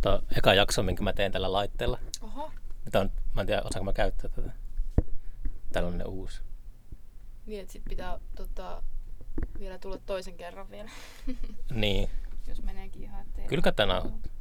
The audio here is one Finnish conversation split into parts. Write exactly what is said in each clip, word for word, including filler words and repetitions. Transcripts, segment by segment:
Tuo eka jakso, minkä mä teen tällä laitteella. Oho. On, mä en tiedä, osaanko mä käyttää tätä. Tällainen uusi. Niin, että sit pitää tota, vielä tulla toisen kerran vielä. Niin. Jos meneekin ihan ettei... Kyllä tätä nauhoittaa.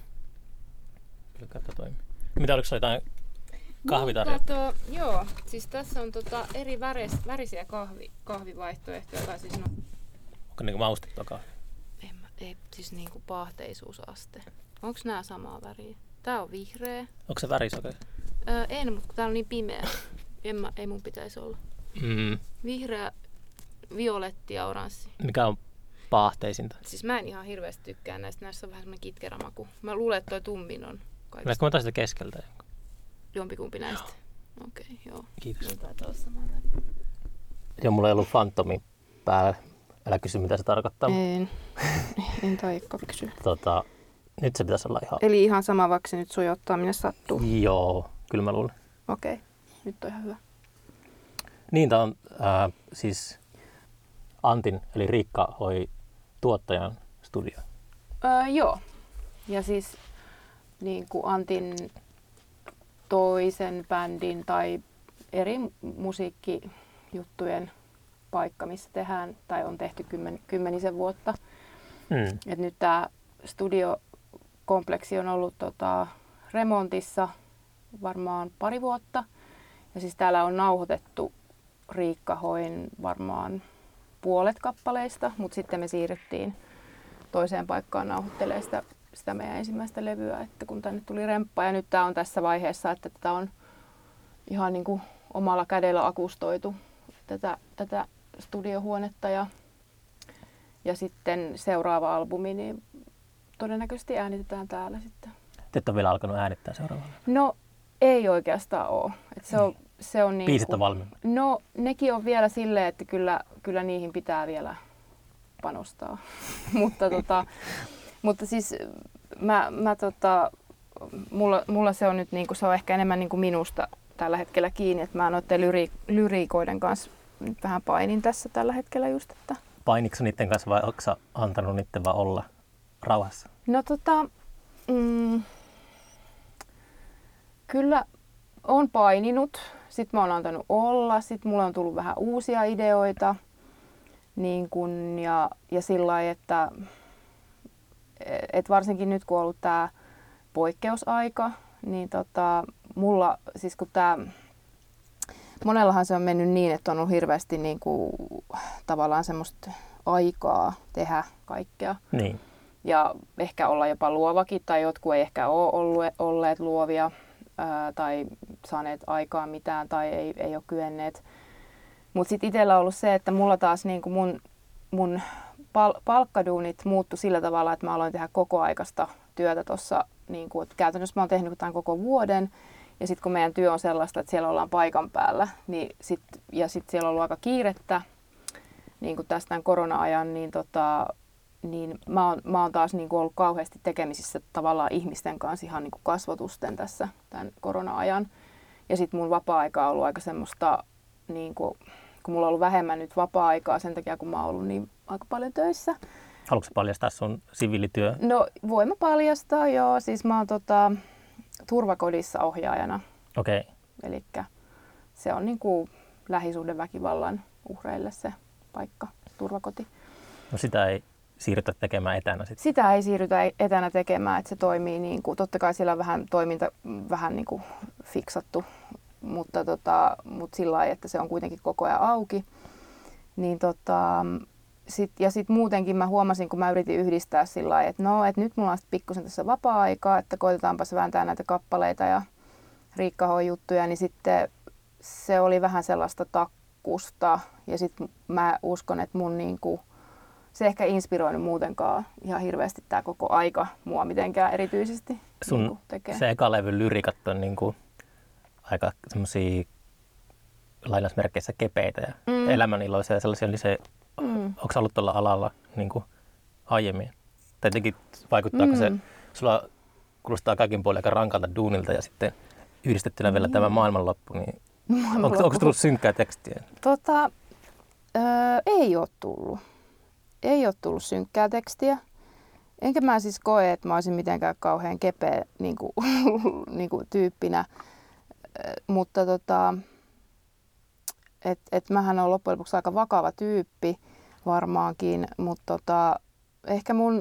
Kyllä tätä toimii. Mitä, oliko se jotain kahvitarjotta? Kato, joo, siis tässä on tota eri väres, värisiä kahvi, kahvivaihtoehtoja. Tai siis no... Onko niinku maustettua kahvia? En mä, ei, siis niinku paahteisuusaste. Onks nää samaa väriä? Tää on vihreä. Onko se värisokea? Öö, en, mutta tää on niin pimeä. En mä, ei mun pitäisi olla. Mm. Vihreä, violetti ja oranssi. Mikä on paahteisinta? Siis mä en ihan hirveästi tykkää näistä. Näissä on vähän semmonen kitkerä maku. Mä luulen, että toi tummin on kaikista. Näetkö mä otan sitä keskeltä? Jompikumpi näistä? Okei, okay, joo. Kiitos. Niin taitaa olla samaa. Joo, mulla ei ollut Phantomi päällä. Älä kysy, mitä se tarkoittaa. En. En taikka kysyä. Tota, nyt se pitäisi olla ihan... Eli ihan sama, vaikka se nyt sujottaa, minne sattuu. Joo, kyllä mä luulen. Okei, okay. Nyt on ihan hyvä. Niin, tää on äh, siis Antin, eli Riikka Hoi tuottajan studio. Öö, joo. Ja siis niin kuin Antin toisen bändin tai eri musiikkijuttujen paikka, missä tehdään tai on tehty kymmen, kymmenisen vuotta. Hmm. Et nyt tämä studiokompleksi on ollut tota, remontissa varmaan pari vuotta. Ja siis täällä on nauhoitettu Riikka Hoin varmaan puolet kappaleista, mutta sitten me siirryttiin toiseen paikkaan nauhoittelemaan sitä, sitä meidän ensimmäistä levyä, että kun tänne tuli remppa. Ja nyt tämä on tässä vaiheessa, että tätä on ihan niin kuin omalla kädellä akustoitu tätä, tätä studiohuonetta. Ja, ja sitten seuraava albumi, niin todennäköisesti äänitetään täällä sitten. Te et ole vielä alkanut äänittää seuraavalla? No ei oikeastaan ole. Et se on, se on niin Biisit kuin, on valmiina? No nekin on vielä silleen, että kyllä, kyllä niihin pitää vielä panostaa. mutta, tota, mutta siis mä, mä tota, mulla, mulla se on nyt niinku, se on ehkä enemmän niinku minusta tällä hetkellä kiinni, että mä noiden lyri, lyriikoiden kanssa nyt vähän painin tässä tällä hetkellä just. Että... Painitko niiden kanssa vai onko sä antanut niiden vaan olla rauhassa? No tota, mm, kyllä on paininut, sitten mä oon antanut olla, sitten mulla on tullut vähän uusia ideoita. Niin kun, ja, ja sillä lailla, että et varsinkin nyt kun on ollut tämä poikkeusaika, niin tota, mulla, siis kun tää, monellahan se on mennyt niin, että on ollut hirveästi niin kuin, tavallaan semmoista aikaa tehdä kaikkea. Niin. Ja ehkä olla jopa luovakin, tai jotkut ei ehkä ole ollut, olleet luovia ää, tai saaneet aikaa mitään tai ei, ei ole kyenneet. Mutta sitten itsellä on ollut se, että mulla taas niinku mun, mun pal- palkkaduunit muuttui sillä tavalla, että mä aloin tehdä kokoaikaista työtä tuossa. Niinku, käytännössä mä oon tehnyt tämän koko vuoden. Ja sitten kun meidän työ on sellaista, että siellä ollaan paikan päällä, niin sit, ja sitten siellä on ollut aika kiirettä niin tästä tämän korona-ajan, niin, tota, niin mä, oon, mä oon taas niinku ollut kauheasti tekemisissä tavallaan ihmisten kanssa ihan niinku kasvotusten tässä tämän korona-ajan. Ja sitten mun vapaa-aika on ollut aika semmoista... Niin kuin, kun mulla on ollut vähemmän nyt vapaa-aikaa sen takia, kun mä oon ollut niin aika paljon töissä. Haluatko paljastaa sun siviilityö? No voin mä paljastaa, joo. Siis mä oon tota, turvakodissa ohjaajana. Okei. Okay. Elikkä se on niin kuin lähisuhdeväkivallan uhreille se paikka, turvakoti. No sitä ei siirrytä tekemään etänä sitten? Sitä ei siirrytä etänä tekemään, että se toimii niin kuin, totta kai siellä on vähän toiminta vähän niin kuin fiksattu. Mutta, tota, mutta sillä lailla, että se on kuitenkin koko ajan auki. Niin tota, sit, ja sitten muutenkin mä huomasin, kun mä yritin yhdistää sillä lailla, että no, että nyt mulla on pikkusen tässä vapaa-aikaa, että koitetaanpas vääntää näitä kappaleita ja Riikka Hoi juttuja, niin sitten se oli vähän sellaista takkusta. Ja sitten mä uskon, että mun niinku, se ehkä inspiroinut muutenkaan ihan hirveästi tää koko aika mua mitenkään erityisesti sun niinku tekee. Se eka levyn lyrikat on niinku aika semmosia lainausmerkeissä kepeitä ja mm. elämäniloisia ja sellaisia, niin se, mm. onko sä ollut tuolla alalla niin kuin aiemmin? Tai jotenkin vaikuttaako mm. se, sulla kuulostaa kaikin puolin aika rankalta duunilta ja sitten yhdistettynä mm. vielä tämä maailmanloppu, niin maailmanloppu. Onko tullut synkkää tekstiä? Tota, öö, ei ole tullut. Ei ole tullut synkkää tekstiä. Enkä mä siis koe, että mä olisin mitenkään kauhean kepeä niin kuin, niin kuin tyyppinä, mutta tota, et, et mähän olen loppujen lopuksi aika vakava tyyppi varmaankin, mutta tota, ehkä mun,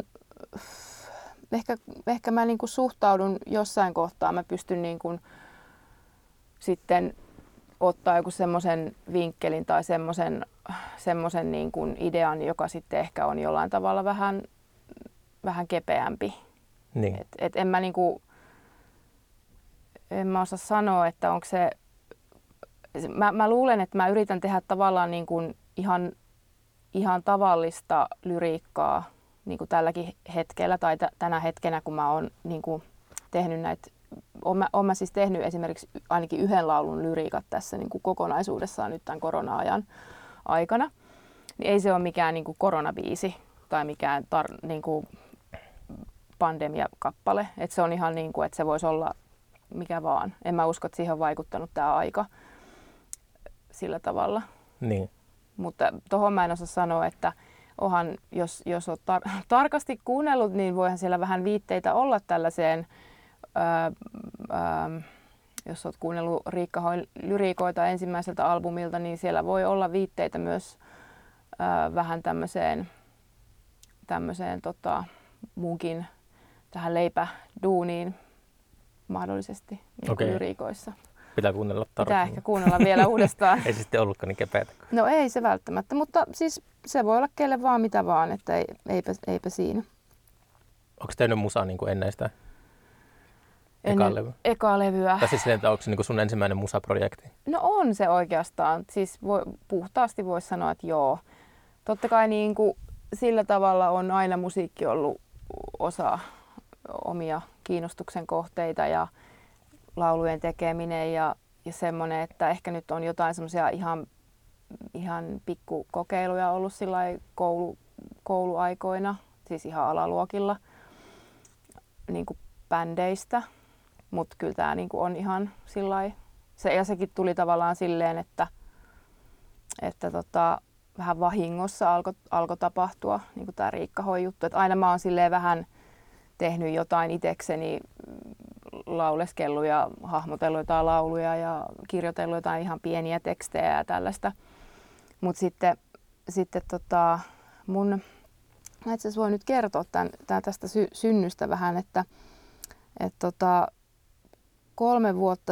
ehkä, ehkä mä niin kuin suhtaudun jossain kohtaa, mä pystyn niin kuin sitten ottaa joku semmoisen vinkkelin tai semmoisen semmoisen niin kuin idean, joka sitten ehkä on jollain tavalla vähän, vähän kepeämpi. Niin. Et, et en mä niinku, en mä osaa sanoa, että onko se, mä, mä luulen, että mä yritän tehdä tavallaan niin kuin ihan, ihan tavallista lyriikkaa niin kuin tälläkin hetkellä tai t- tänä hetkenä, kun mä oon niin kuin tehnyt näitä, oon mä, oon mä siis tehnyt esimerkiksi ainakin yhden laulun lyriikat tässä niin kuin kokonaisuudessaan nyt tämän korona-ajan aikana, niin ei se ole mikään niin kuin koronabiisi tai mikään tar- niin kuin pandemiakappale. Et se on ihan niin kuin, että se voisi olla mikä vaan. En mä usko, että siihen on vaikuttanut tämä aika sillä tavalla. Niin. Mutta tohon mä en osaa sanoa, että ohan, jos, jos olet tar- tarkasti kuunnellut, niin voihan siellä vähän viitteitä olla tällaiseen, ää, ää, jos olet kuunnellut Riikka Hoin lyriikoita ensimmäiseltä albumilta, niin siellä voi olla viitteitä myös ää, vähän tämmöiseen, tämmöiseen tota, munkin tähän leipäduuniin mahdollisesti niin Okei. lyriikoissa. Pitää kuunnella Pitää tarkemmin. ehkä kuunnella vielä uudestaan. Ei se sitten ollutkaan niin kepeätä. No ei se välttämättä, mutta siis se voi olla kelle vaan mitä vaan, että ei, eipä, eipä siinä. Onko tehnyt musaa niin kuin ennen sitä ekaa levyä? Ekaa levyä. Tai siis silleen, että onko se niin kuin sun ensimmäinen musaprojekti? No on se oikeastaan. Siis voi, puhtaasti voisi sanoa, että joo. Totta kai niin kuin sillä tavalla on aina musiikki ollut osa omia kiinnostuksen kohteita ja laulujen tekeminen ja, ja semmoinen, että ehkä nyt on jotain semmoisia ihan, ihan pikkukokeiluja ollut sillai koulu, kouluaikoina, siis ihan alaluokilla niin kuin bändeistä, mutta kyllä tämä niin kuin on ihan sillai, se, ja sekin tuli tavallaan silleen, että, että tota, vähän vahingossa alkoi alko tapahtua niin kuin tämä Riikka Hoin juttu, että aina mä oon silleen vähän tehnyt jotain itsekseni, lauleskellut ja hahmotellut jotain lauluja ja kirjoitellut jotain ihan pieniä tekstejä ja tällaista. Mutta sitten, sitten tota, mun, mä itse asiassa voin nyt kertoa tämän, tämän tästä sy- synnystä vähän, että et tota, kolme vuotta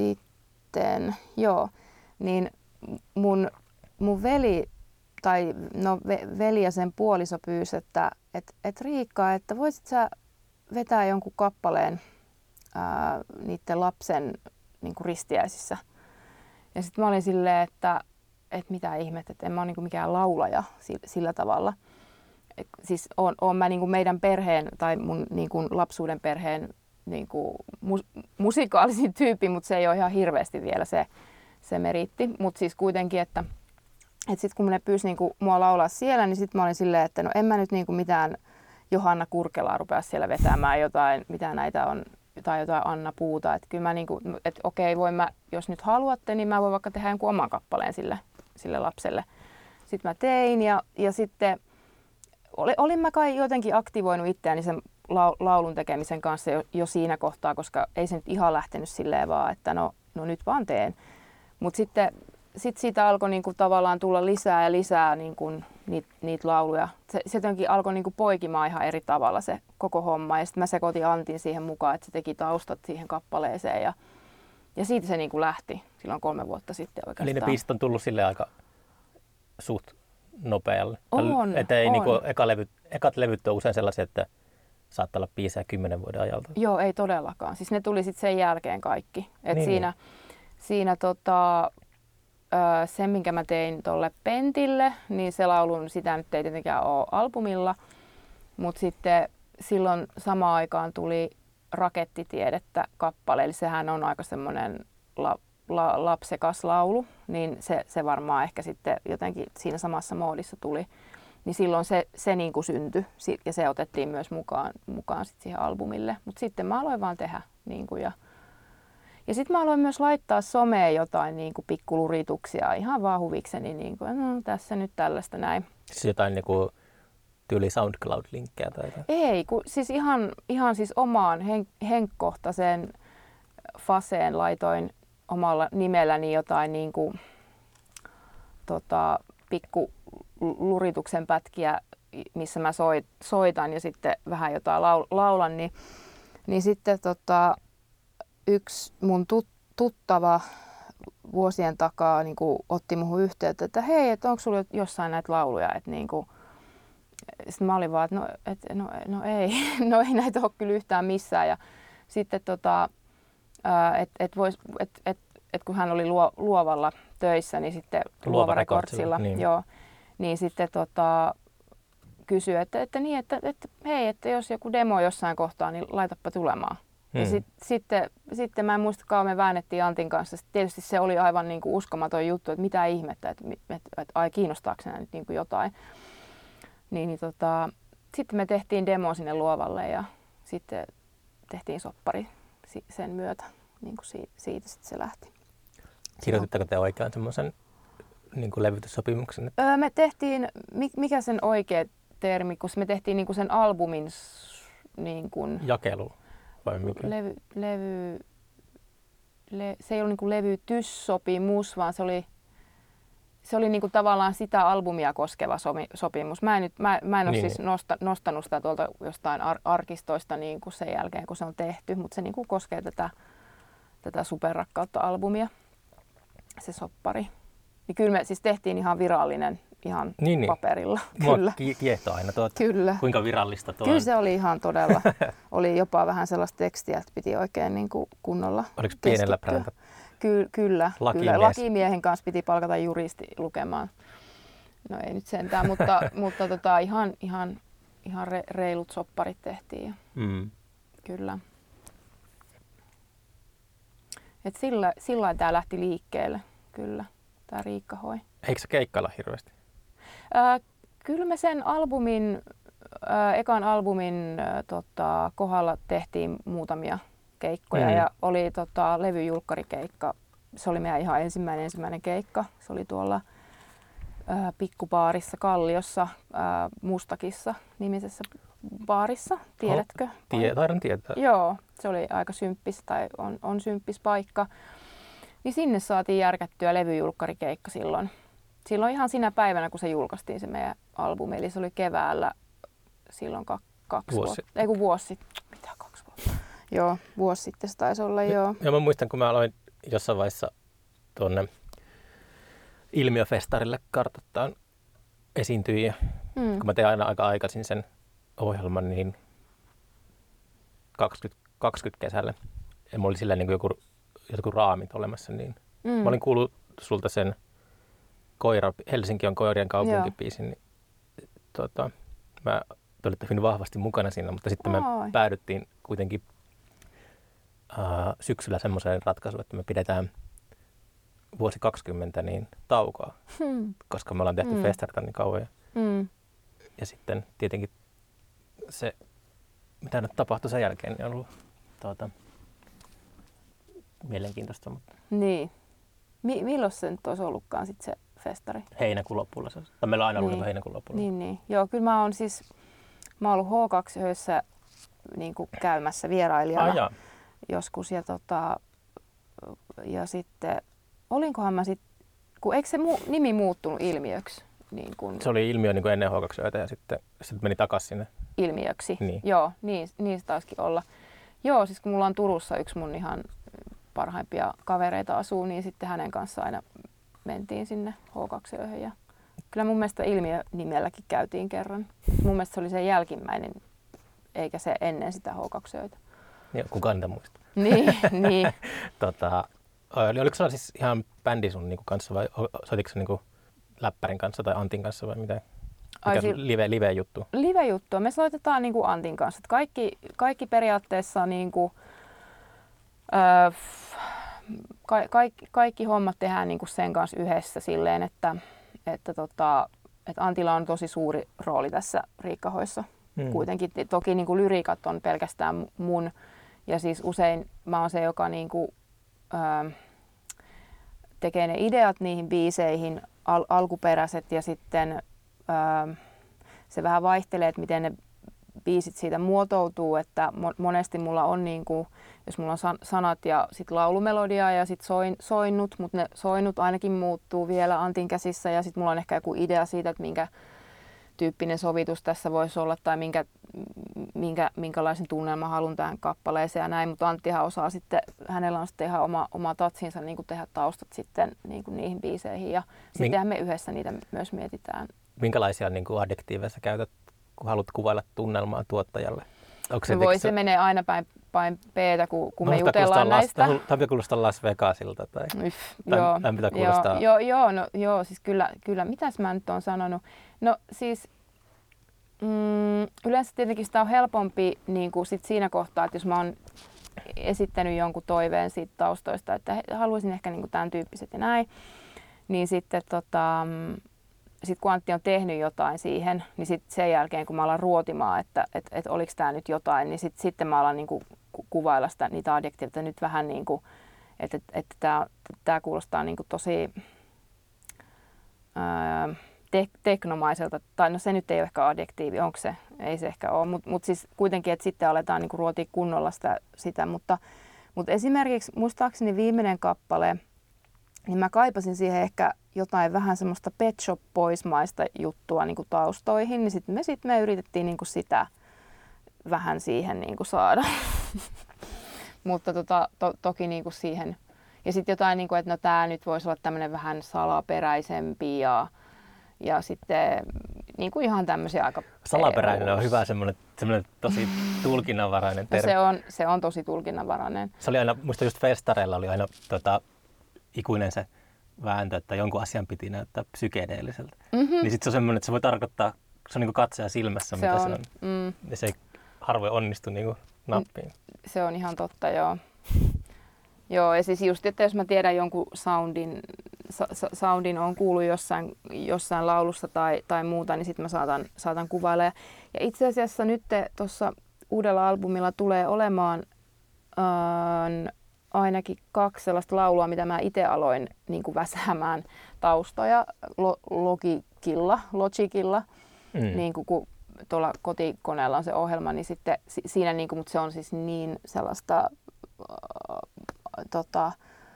sitten, joo, niin mun, mun veli, tai no veli ja sen puoliso pyysi, että et, et Riikka, että voisit sä vetää jonkun kappaleen ää, niiden lapsen niin kuin ristiäisissä. Ja sitten mä olin silleen, että et mitä ihmettä, että en mä ole niin kuin mikään laulaja sillä, sillä tavalla. Et, siis oon, oon mä niin kuin meidän perheen tai mun niin kuin lapsuuden perheen niin kuin mu- musikaalisin tyyppi, mutta se ei ole ihan hirveästi vielä se, se meritti. Mutta siis kuitenkin, että et sitten kun ne pyysi niin kuin mua laulaa siellä, niin sitten mä olin silleen, että no en mä nyt niin kuin mitään Johanna Kurkelaa rupea siellä vetämään jotain, mitä näitä on, tai jotain Anna Puuta. Että kyllä mä niinku, että okei, voin mä, jos nyt haluatte, niin mä voin vaikka tehdä jonkun oman kappaleen sille, sille lapselle. Sitten mä tein ja, ja sitten olin mä kai jotenkin aktivoinut itseäni sen laulun tekemisen kanssa jo, jo siinä kohtaa, koska ei se nyt ihan lähtenyt silleen vaan, että no, no nyt vaan teen. Mutta sitten sit siitä alkoi niinku tavallaan tulla lisää ja lisää niinku niitä niit lauluja. Se, se jotenkin alkoi niinku poikimaan ihan eri tavalla se koko homma. Ja sitten mä sekoitin Antin siihen mukaan, että se teki taustat siihen kappaleeseen. Ja, ja siitä se niinku lähti silloin kolme vuotta sitten oikeastaan. Eli ne biisit on tullut sille aika suht nopealle. On, että ei on. Niinku, eka levyt, ekat levyt on usein sellaisia, että saattaa olla biisejä kymmenen vuoden ajalta. Joo, ei todellakaan. Siis ne tuli sitten sen jälkeen kaikki. Et niin, siinä niin. siinä tota, sen, minkä mä tein tuolle Pentille, niin se laulun, sitä nyt ei tietenkään ole albumilla. Mutta sitten silloin samaan aikaan tuli Rakettitiedettä kappale, eli sehän on aika semmoinen la, la, lapsekas laulu, niin se, se varmaan ehkä sitten jotenkin siinä samassa moodissa tuli. Niin silloin se, se niin kuin syntyi ja se otettiin myös mukaan, mukaan sit siihen albumille. Mutta sitten mä aloin vaan tehdä. Niin kuin, ja ja sitten mä aloin myös laittaa someen jotain niin kuin pikkulurituksia ihan vaan huvikseni. Niin kuin, no, tässä nyt tällaista näin. Siis jotain niin kuin tyyli SoundCloud-linkkejä tai jotain? Ei, kun siis ihan, ihan siis omaan hen, henkkohtaiseen faseen laitoin omalla nimelläni jotain niin kuin, tota, pikku lurituksen pätkiä, missä mä soit, soitan ja sitten vähän jotain laul, laulan, niin, niin sitten tota, yksi mun tut, tuttava vuosien takaa niin kuin otti muhun yhteyttä, että hei, että onko sulla jossain näitä lauluja, että niin kuin, sitten mä olin vaan, että no, et, no, no ei, no ei näitä ole kyllä yhtään missään. Ja sitten tota, että et vois, et, et, et kun hän oli luo, luovalla töissä, niin sitten Luova Recordsilla, niin. Joo, niin sitten tota, kysyi, että, että, niin, että, että hei, että jos joku demo jossain kohtaa, niin laitapa tulemaan. Hmm. Ja sit, sitten, sitten mä en muista kauan me väännettiin Antin kanssa. Sitten tietysti se oli aivan niin kuin uskomaton juttu, että mitä ihmettä, että, että, että, että ai kiinnostaako se nyt niin kuin jotain. Niin, niin tota, sitten me tehtiin demo sinne Luovalle ja sitten tehtiin soppari sen myötä. Niin kuin siitä, siitä sitten se lähti. Kirjoititteko te oikean semmoisen niin kuin levytyssopimuksen? Öö, me tehtiin, mikä sen oikea termi, kun me tehtiin niin kuin sen albumin niin kuin jakelu vai mikä? Levy, levy, le, se ei ollut niin kuin levytyssopimus, vaan se oli Se oli niinku tavallaan sitä albumia koskeva sopimus. Mä en, nyt, mä, mä en ole niin. siis nosta, nostanut sitä tuolta jostain ar- arkistoista niinku sen jälkeen, kun se on tehty, mutta se niinku koskee tätä, tätä superrakkautta-albumia, se soppari. Niin kyllä me siis tehtiin ihan virallinen, ihan niin, paperilla. Mua kyllä. Kiehtoo aina tuot, kyllä. Kuinka virallista tuo Kyllä on. se oli ihan todella. Oli jopa vähän sellaista tekstiä, että piti oikein niinku kunnolla Oliko pienellä präntä? Ky- kyllä, Lakimies. kyllä. Lakimiehen kanssa piti palkata juristi lukemaan. No ei nyt sentään, mutta, mutta tota, ihan, ihan, ihan re- reilut sopparit tehtiin. Mm. Kyllä. Et sillä, sillä tämä lähti liikkeelle, kyllä, tämä Riikka Hoi. Eikö se keikkailla hirveästi? Äh, kyllä me sen albumin, äh, ekan albumin äh, tota, kohdalla tehtiin muutamia keikkoja mm. ja oli tota, levyjulkkarikeikka. Se oli meidän ihan ensimmäinen ensimmäinen keikka. Se oli tuolla ää, pikkubaarissa Kalliossa, ää, Mustakissa nimisessä baarissa. Tiedätkö? Oh, tie, taidan tietää. Joo, se oli aika symppis tai on, on symppis paikka. Niin sinne saatiin järkättyä levyjulkkarikeikka silloin. Silloin ihan sinä päivänä, kun se julkaistiin se meidän albumi. Eli se oli keväällä silloin ka- kaksi vuosi vuotta. sitten. Ei kun vuosi sitten. Mitä kaksi vuotta? Joo, vuosi sitten se taisi olla, joo. Ja mä muistan, kun mä aloin jossain vaiheessa tuonne Ilmiöfestarille kartoittaa esiintyjiä. Mm. Kun mä tein aina aika aikaisin sen ohjelman, niin kaksikymmentä, kaksikymmentä kesällä. Ja mulla oli sillä niin kuin joku, joku raamit olemassa. Niin mm. Mä olin kuullut sulta sen koira, Helsinki on koirien kaupunkibiisin. Niin, tota, mä olin hyvin vahvasti mukana siinä, mutta sitten me Oi. päädyttiin kuitenkin Uh, syksyllä semmoiseen ratkaisuun, että me pidetään vuosi kaksikymmentä niin taukoa, hmm. koska me ollaan tehty hmm. festarita niin kauan. Hmm. Ja sitten tietenkin se, mitä nyt tapahtui sen jälkeen, niin on ollut tuota, mielenkiintoista. Mutta niin. Mi- milloin se nyt olisi ollutkaan sit se festari? Heinäkuun lopulla. Se tai meillä on aina niin. ollut heinäkuun lopulla. Niin, niin. Joo, kyllä mä oon siis, mä oon ollut H kaksi Ö:ssä niin kuin käymässä vierailijana. Ah, joskus ja, tota, ja sitten, olinkohan mä sitten, kun eikö se mu- nimi muuttunut Ilmiöksi? Niin kun... Se oli Ilmiö niin kuin ennen H kaksi Ö:tä ja sitten, sitten meni takaisin sinne. Ilmiöksi, niin. Joo, niin, niin se taisikin olla. Joo, siis kun mulla on Turussa yksi mun ihan parhaimpia kavereita asuu, niin sitten hänen kanssa aina mentiin sinne H kaksi Ö:hön. Ja kyllä mun mielestä Ilmiö-nimelläkin käytiin kerran. Mun mielestä se oli se jälkimmäinen, eikä se ennen sitä H kaksi Ö:tä. Joo, kukaan niitä muista. Niin, niin. tota, oliko sulla siis ihan bändi sun niinku kanssa vai soititko niinku läppärin kanssa tai Antin kanssa vai mitä? Mikä si- live, live-juttu? Live-juttua. Me soitetaan niinku Antin kanssa. Kaikki, kaikki periaatteessa niinku, öö, ka- kaikki, kaikki hommat tehdään niinku sen kanssa yhdessä silleen, että, että, tota, että Antilla on tosi suuri rooli tässä Riikka Hoissa. Hmm. Kuitenkin toki niinku lyriikat on pelkästään mun. Ja siis usein mä oon se, joka niinku, ö, tekee ne ideat niihin biiseihin, al- alkuperäiset ja sitten ö, se vähän vaihtelee, että miten ne biisit siitä muotoutuu, että monesti mulla on niin kuin, jos mulla on sanat ja sit laulumelodia ja sit soin, soinnut, mutta ne soinnut ainakin muuttuu vielä Antin käsissä ja sit mulla on ehkä joku idea siitä, että minkä tyyppinen sovitus tässä voisi olla tai minkä, minkä, minkälaisen tunnelman haluan tähän kappaleeseen ja näin, mutta Anttihan osaa sitten, hänellä on sitten ihan oma, oma tatsinsa niin kuin tehdä taustat sitten niin kuin niihin biiseihin ja sittenhän me yhdessä niitä myös mietitään. Minkälaisia niin kuin adjektiiveja sä käytät, kun haluat kuvailla tunnelmaa tuottajalle? Onko se, no voi, se, se menee aina päin, päin P:tä, kun, kun me jutellaan näistä. Tämä pitää kuulostaa Las Vegasilta tai Yff, joo, tämän pitää kuulostaa... Joo, joo, no, joo, siis kyllä, kyllä, mitäs mä nyt oon sanonut? No siis mm, yleensä tietenkin sitä on helpompi niin kuin sit siinä kohtaa, että jos mä oon esittänyt jonkun toiveen siitä taustoista, että haluaisin ehkä niin kuin tämän tyyppiset ja näin, niin sitten tota, sitten kun Antti on tehnyt jotain siihen, niin sitten sen jälkeen kun mä alan ruotimaan, että et, et oliko tämä nyt jotain, niin sit, sitten mä alan niinku kuvailla sitä, niitä adjektiivita nyt vähän niin kuin, että et, et tämä kuulostaa niinku tosi ää, te, teknomaiselta, tai no se nyt ei ole ehkä adjektiivi, onko se? Ei se ehkä ole, mutta mut siis kuitenkin, että sitten aletaan niinku ruotia kunnolla sitä, sitä. Mutta, mutta esimerkiksi muistaakseni viimeinen kappale, niin mä kaipasin siihen ehkä jotain vähän semmoista Pet Shop Boys-maista juttua niin kuin taustoihin, niin sitten me, sit me yritettiin niin kuin sitä vähän siihen niin kuin saada. Mutta tota, to, toki niin kuin siihen. Ja sitten jotain, niin kuin, että no tää nyt voisi olla tämmöinen vähän salaperäisempi ja, ja sitten niin kuin ihan tämmöisiä aika... Salaperäinen on hyvä semmoinen, semmoinen tosi tulkinnanvarainen termi. No se, on, se on tosi tulkinnanvarainen. Se oli aina, muista just festareilla oli aina tota, ikuinen se vääntö, että jonkun asian piti näyttää psykedeelliseltä. Mm-hmm. Niin sitten se on semmoinen, että se voi tarkoittaa, se on niin kuin katsoja silmässä, se mitä on, se on. Mm. Ja se ei harvoin onnistu niin kuin nappiin. Se on ihan totta, joo. Joo, ja siis just, että jos mä tiedän jonkun soundin, sa- soundin on kuullut jossain, jossain laulussa tai, tai muuta, niin sitten mä saatan, saatan kuvailla. Ja, ja itse asiassa nyt tuossa uudella albumilla tulee olemaan äh, ainakin kaksi sellaista laulua, mitä mä itse aloin niin kuin väsäämään taustoja lo- Logicilla, Logicilla mm. niin kuin, kun tuolla kotikoneella on se ohjelma, niin sitten si- siinä, niin kuin, mutta se on siis niin sellaista äh, tota,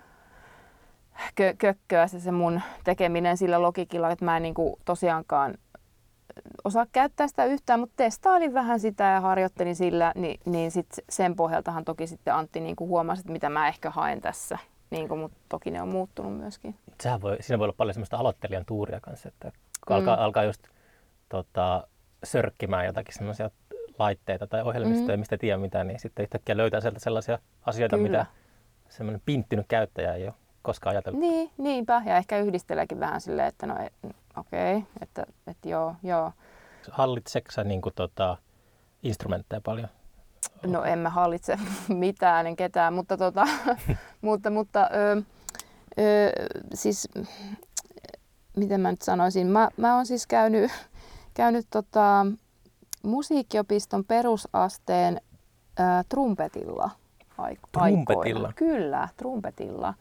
kö- kökköä se, se mun tekeminen sillä Logicilla, että mä en niin kuin tosiaankaan osaa käyttää sitä yhtään, mutta testailin vähän sitä ja harjoittelin sillä, niin, niin sit sen pohjaltahan toki sitten Antti niin kuin huomasi, että mitä mä ehkä haen tässä, niin kuin, mutta toki ne on muuttunut myöskin. Sehän voi, siinä voi olla paljon semmoista aloittelijan tuuria kanssa, että kun mm. alkaa, alkaa just tota, sörkkimään jotakin semmoisia laitteita tai ohjelmistoja, mm. mistä ei tiedä mitään, niin sitten yhtäkkiä löytää sieltä sellaisia asioita, Kyllä. mitä semmoinen pinttynyt käyttäjä ei ole koskaan ajatellut. Niin, niinpä, ja ehkä yhdisteleekin vähän silleen, että no okei, okay, että, että joo, joo. Hallitseeko sä niin kuin, tota, instrumentteja paljon? No en mä hallitse mitään, en ketään, mutta, tota, mutta, mutta ö, ö, siis, miten mä nyt sanoisin, mä, mä oon siis käynyt, käynyt tota, musiikkiopiston perusasteen ö, trumpetilla. Trumpetilla? Kyllä, trumpetilla.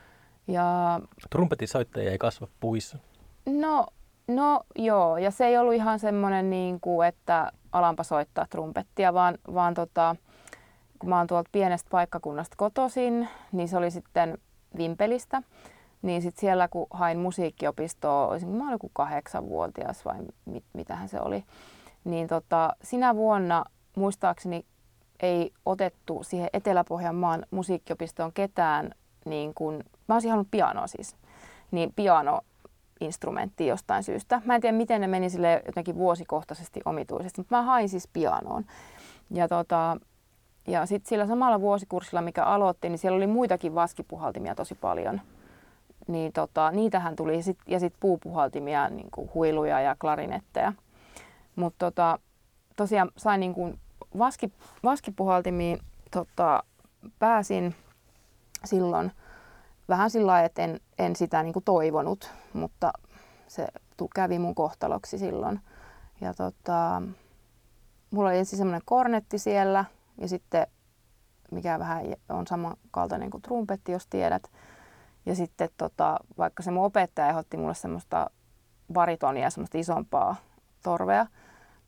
Ja trumpetin soittajia ei kasva puissa. No, no joo, ja se ei ollut ihan semmoinen, niin kuin, että alanpa soittaa trumpettia, vaan, vaan tota, kun mä oon tuolta pienestä paikkakunnasta kotoisin, niin se oli sitten Vimpelistä. Niin sitten siellä kun hain musiikkiopistoa, olisin, mä olin joku kahdeksanvuotias vai mit, mitähän se oli, niin tota, sinä vuonna muistaakseni ei otettu siihen Etelä-Pohjanmaan musiikkiopistoon ketään, niin kun, mä olisin halunnut pianoa siis, niin pianoinstrumenttia jostain syystä. Mä en tiedä, miten ne meni sille jotenkin vuosikohtaisesti omituisesti, mutta mä hain siis pianoon. Ja, tota, ja sitten sillä samalla vuosikurssilla, mikä aloitti, niin siellä oli muitakin vaskipuhaltimia tosi paljon. Niin tota, niitähän tuli, sit, ja sitten puupuhaltimia, niin kuin huiluja ja klarinetteja. Mutta tota, tosiaan sain niin kuin Vaski, vaskipuhaltimiin tota, pääsin silloin vähän sillä lailla, että en, en sitä niin kuin toivonut, mutta se kävi mun kohtaloksi silloin. Ja tota, mulla oli ensin semmoinen kornetti siellä ja sitten, mikä vähän on samankaltainen kuin trumpetti, jos tiedät. Ja sitten tota, vaikka se mun opettaja ehdotti mulle semmoista baritonia, semmoista isompaa torvea,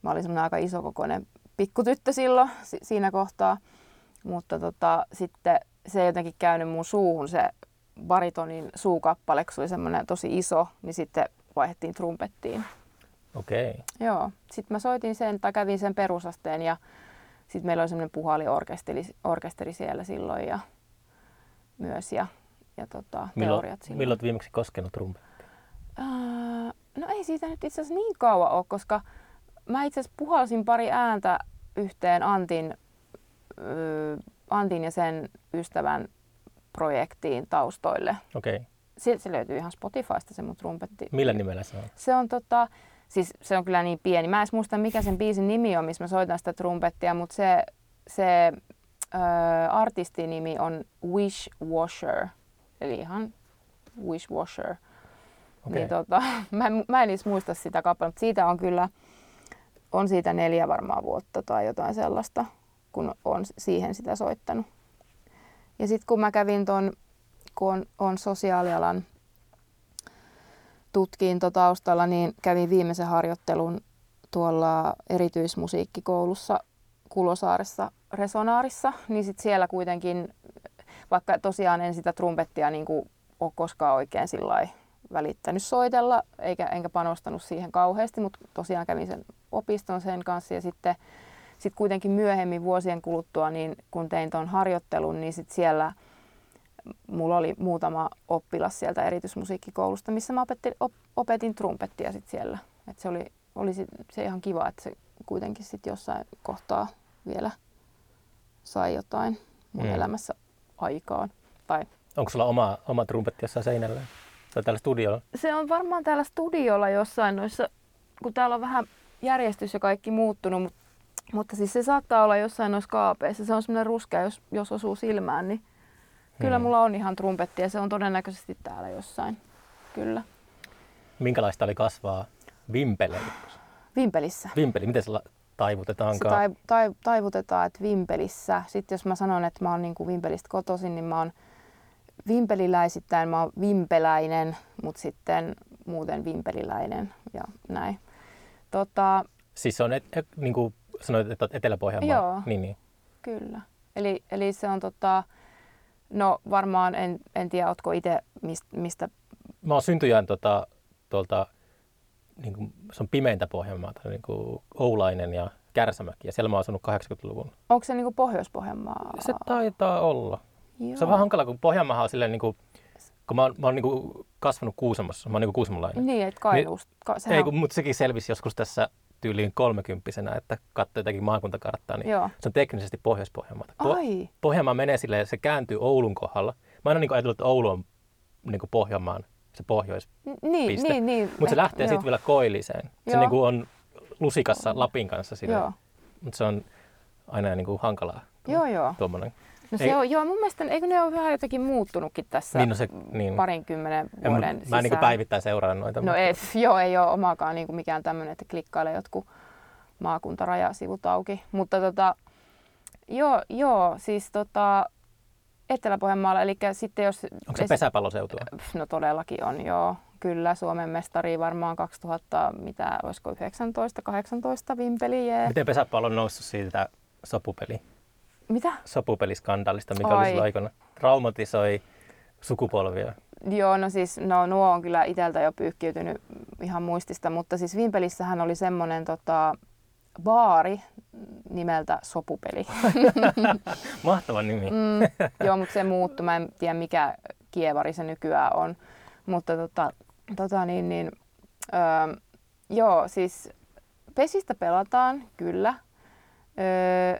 Mä olin semmoinen aika isokokoinen pikkutyttö silloin si- siinä kohtaa. Mutta tota, sitten se ei jotenkin käynyt mun suuhun se baritonin suukappale, kun se oli semmoinen tosi iso, niin sitten vaihdettiin trumpettiin. Okei. Okay. Joo. Sitten mä soitin sen tai kävin sen perusasteen ja sitten meillä oli semmoinen puhaliorkesteri orkesteri siellä silloin ja myös ja, ja tota, milloin, teoriat silloin. Milloin olet viimeksi koskenut trumpettiin? Uh, no ei siitä nyt itse asiassa niin kauan ole, koska mä itse asiassa puhalsin pari ääntä yhteen Antin, uh, Antin ja sen ystävän projektiin taustoille. Okei. Okay. Se, se löytyy ihan Spotifysta se mun trumpetti. Millä nimellä se on? Se on tota, siis se on kyllä niin pieni. Mä en edes muista mikä sen biisin nimi on, missä mä soitan sitä trumpettia, mutta se, se ö, artistinimi on Wishwasher. Eli ihan Wishwasher. Okay. Niin tota, mä, en, mä en edes muista sitä kappaletta, mutta siitä on kyllä, on siitä neljä varmaa vuotta tai jotain sellaista, kun on siihen sitä soittanut. Ja sitten kun mä kävin ton, kun on, on sosiaalialan tutkinto taustalla, niin kävin viimeisen harjoittelun tuolla erityismusiikkikoulussa Kulosaaressa Resonaarissa, niin sit siellä kuitenkin, vaikka tosiaan en sitä trumpettia niin kuin ole koskaan oikein sillai välittänyt soitella, eikä, enkä panostanut siihen kauheasti, mutta tosiaan kävin sen opiston sen kanssa ja sitten sit kuitenkin myöhemmin vuosien kuluttua, niin kun tein tuon harjoittelun, niin sit siellä mulla oli muutama oppilas sieltä erityismusiikkikoulusta, missä mä opetin, op, opetin trumpettia sit siellä. Et se oli, oli sit, se ihan kiva, että se kuitenkin sit jossain kohtaa vielä sai jotain mun mm. elämässä aikaan. Tai onko sulla oma, oma trumpetti jossain seinällä? Tai täällä studiolla? Se on varmaan täällä studiolla jossain noissa, kun täällä on vähän järjestys ja kaikki muuttunut, mutta, mutta siis se saattaa olla jossain noissa kaapeissa. Se on semmoinen ruskea, jos, jos osuu silmään, niin kyllä hmm. mulla on ihan trumpetti ja se on todennäköisesti täällä jossain. Kyllä. Minkälaista oli kasvaa Vimpeleillä? Vimpelissä. Vimpeli, miten se taivutetaankaan? Se tai, tai, taivutetaan, että Vimpelissä. Sitten jos mä sanon, että mä oon niin kuin Vimpelistä kotoisin, niin mä oon vimpeliläisittäin, mä oon vimpeläinen, mutta sitten muuten vimpeliläinen ja näin. Tota, siis se on, et, et, niin kuin sanoit, että Etelä-Pohjanmaa? Joo, niin, niin. Kyllä. Eli, eli se on tota, no varmaan, en, en tiedä, ootko itse mist, mistä? Mä oon syntyjään tota, tuolta, niin kuin, se on pimeintä Pohjanmaata, niin kuin Oulainen ja Kärsämäki, ja siellä mä oon asunut kahdeksankymmentäluvun. Onko se niin kuin Pohjois-Pohjanmaa? Se taitaa olla. Joo. Se on vähän hankala, kun Pohjanmaahan on silleen, niin kuin, kun mä oon, mä oon niin kuin kasvanut Kuusamossa, mä oon niin kuin kuusamolainen. Niin, että Kainuusta. Niin, ei, kun, mutta sekin selvisi joskus tässä tyyliin kolmekymppisenä, että katsoo jotakin maakuntakarttaa, niin Joo. se on teknisesti Pohjois-Pohjanmaata. Po- Pohjanmaa menee silleen, se kääntyy Oulun kohdalla. Mä aina niin ajatellut, että Oulu on niin kuin Pohjanmaan se pohjoispiste, niin, niin, niin. mutta se lähtee sitten vielä Koilliseen. Se niin kuin on lusikassa Lapin kanssa silleen, mutta se on aina niin kuin hankalaa. Joo, joo. Tuommoinen. No se on, joo, mun mielestä, eikö ne ole vähän jotenkin muuttunutkin tässä niin, no se, niin. parinkymmenen vuoden en, sisään? Mä en niin päivittäin seuraan noita. No ei, joo, ei ole omaakaan niin kuin mikään tämmöinen, että klikkailee jotkut maakuntarajasivut auki. Mutta tota, joo, joo, siis tota, Etelä-Pohjanmaalla, eli sitten jos... Onko se pesäpalloseutua? No todellakin on, joo. Kyllä, Suomen mestari varmaan kaksituhatta, mitä, olisiko yhdeksäntoista kahdeksantoista Vimpeli, jee. Miten pesäpallo on noussut siitä sopupeliin? Mitä? Sopupeliskandaalista, mikä Ai. oli aikana. Traumatisoi sukupolvia. Joo, no siis no, nuo on kyllä itseltä jo pyyhkiytynyt ihan muistista, mutta siis Vimpelissähän oli semmoinen tota, baari nimeltä Sopupeli. Mahtava nimi. mm, joo, mutta se muuttui. Mä en tiedä mikä kievari se nykyään on. Mutta tota, tota niin, niin, öö, joo, siis pesistä pelataan, kyllä. Öö,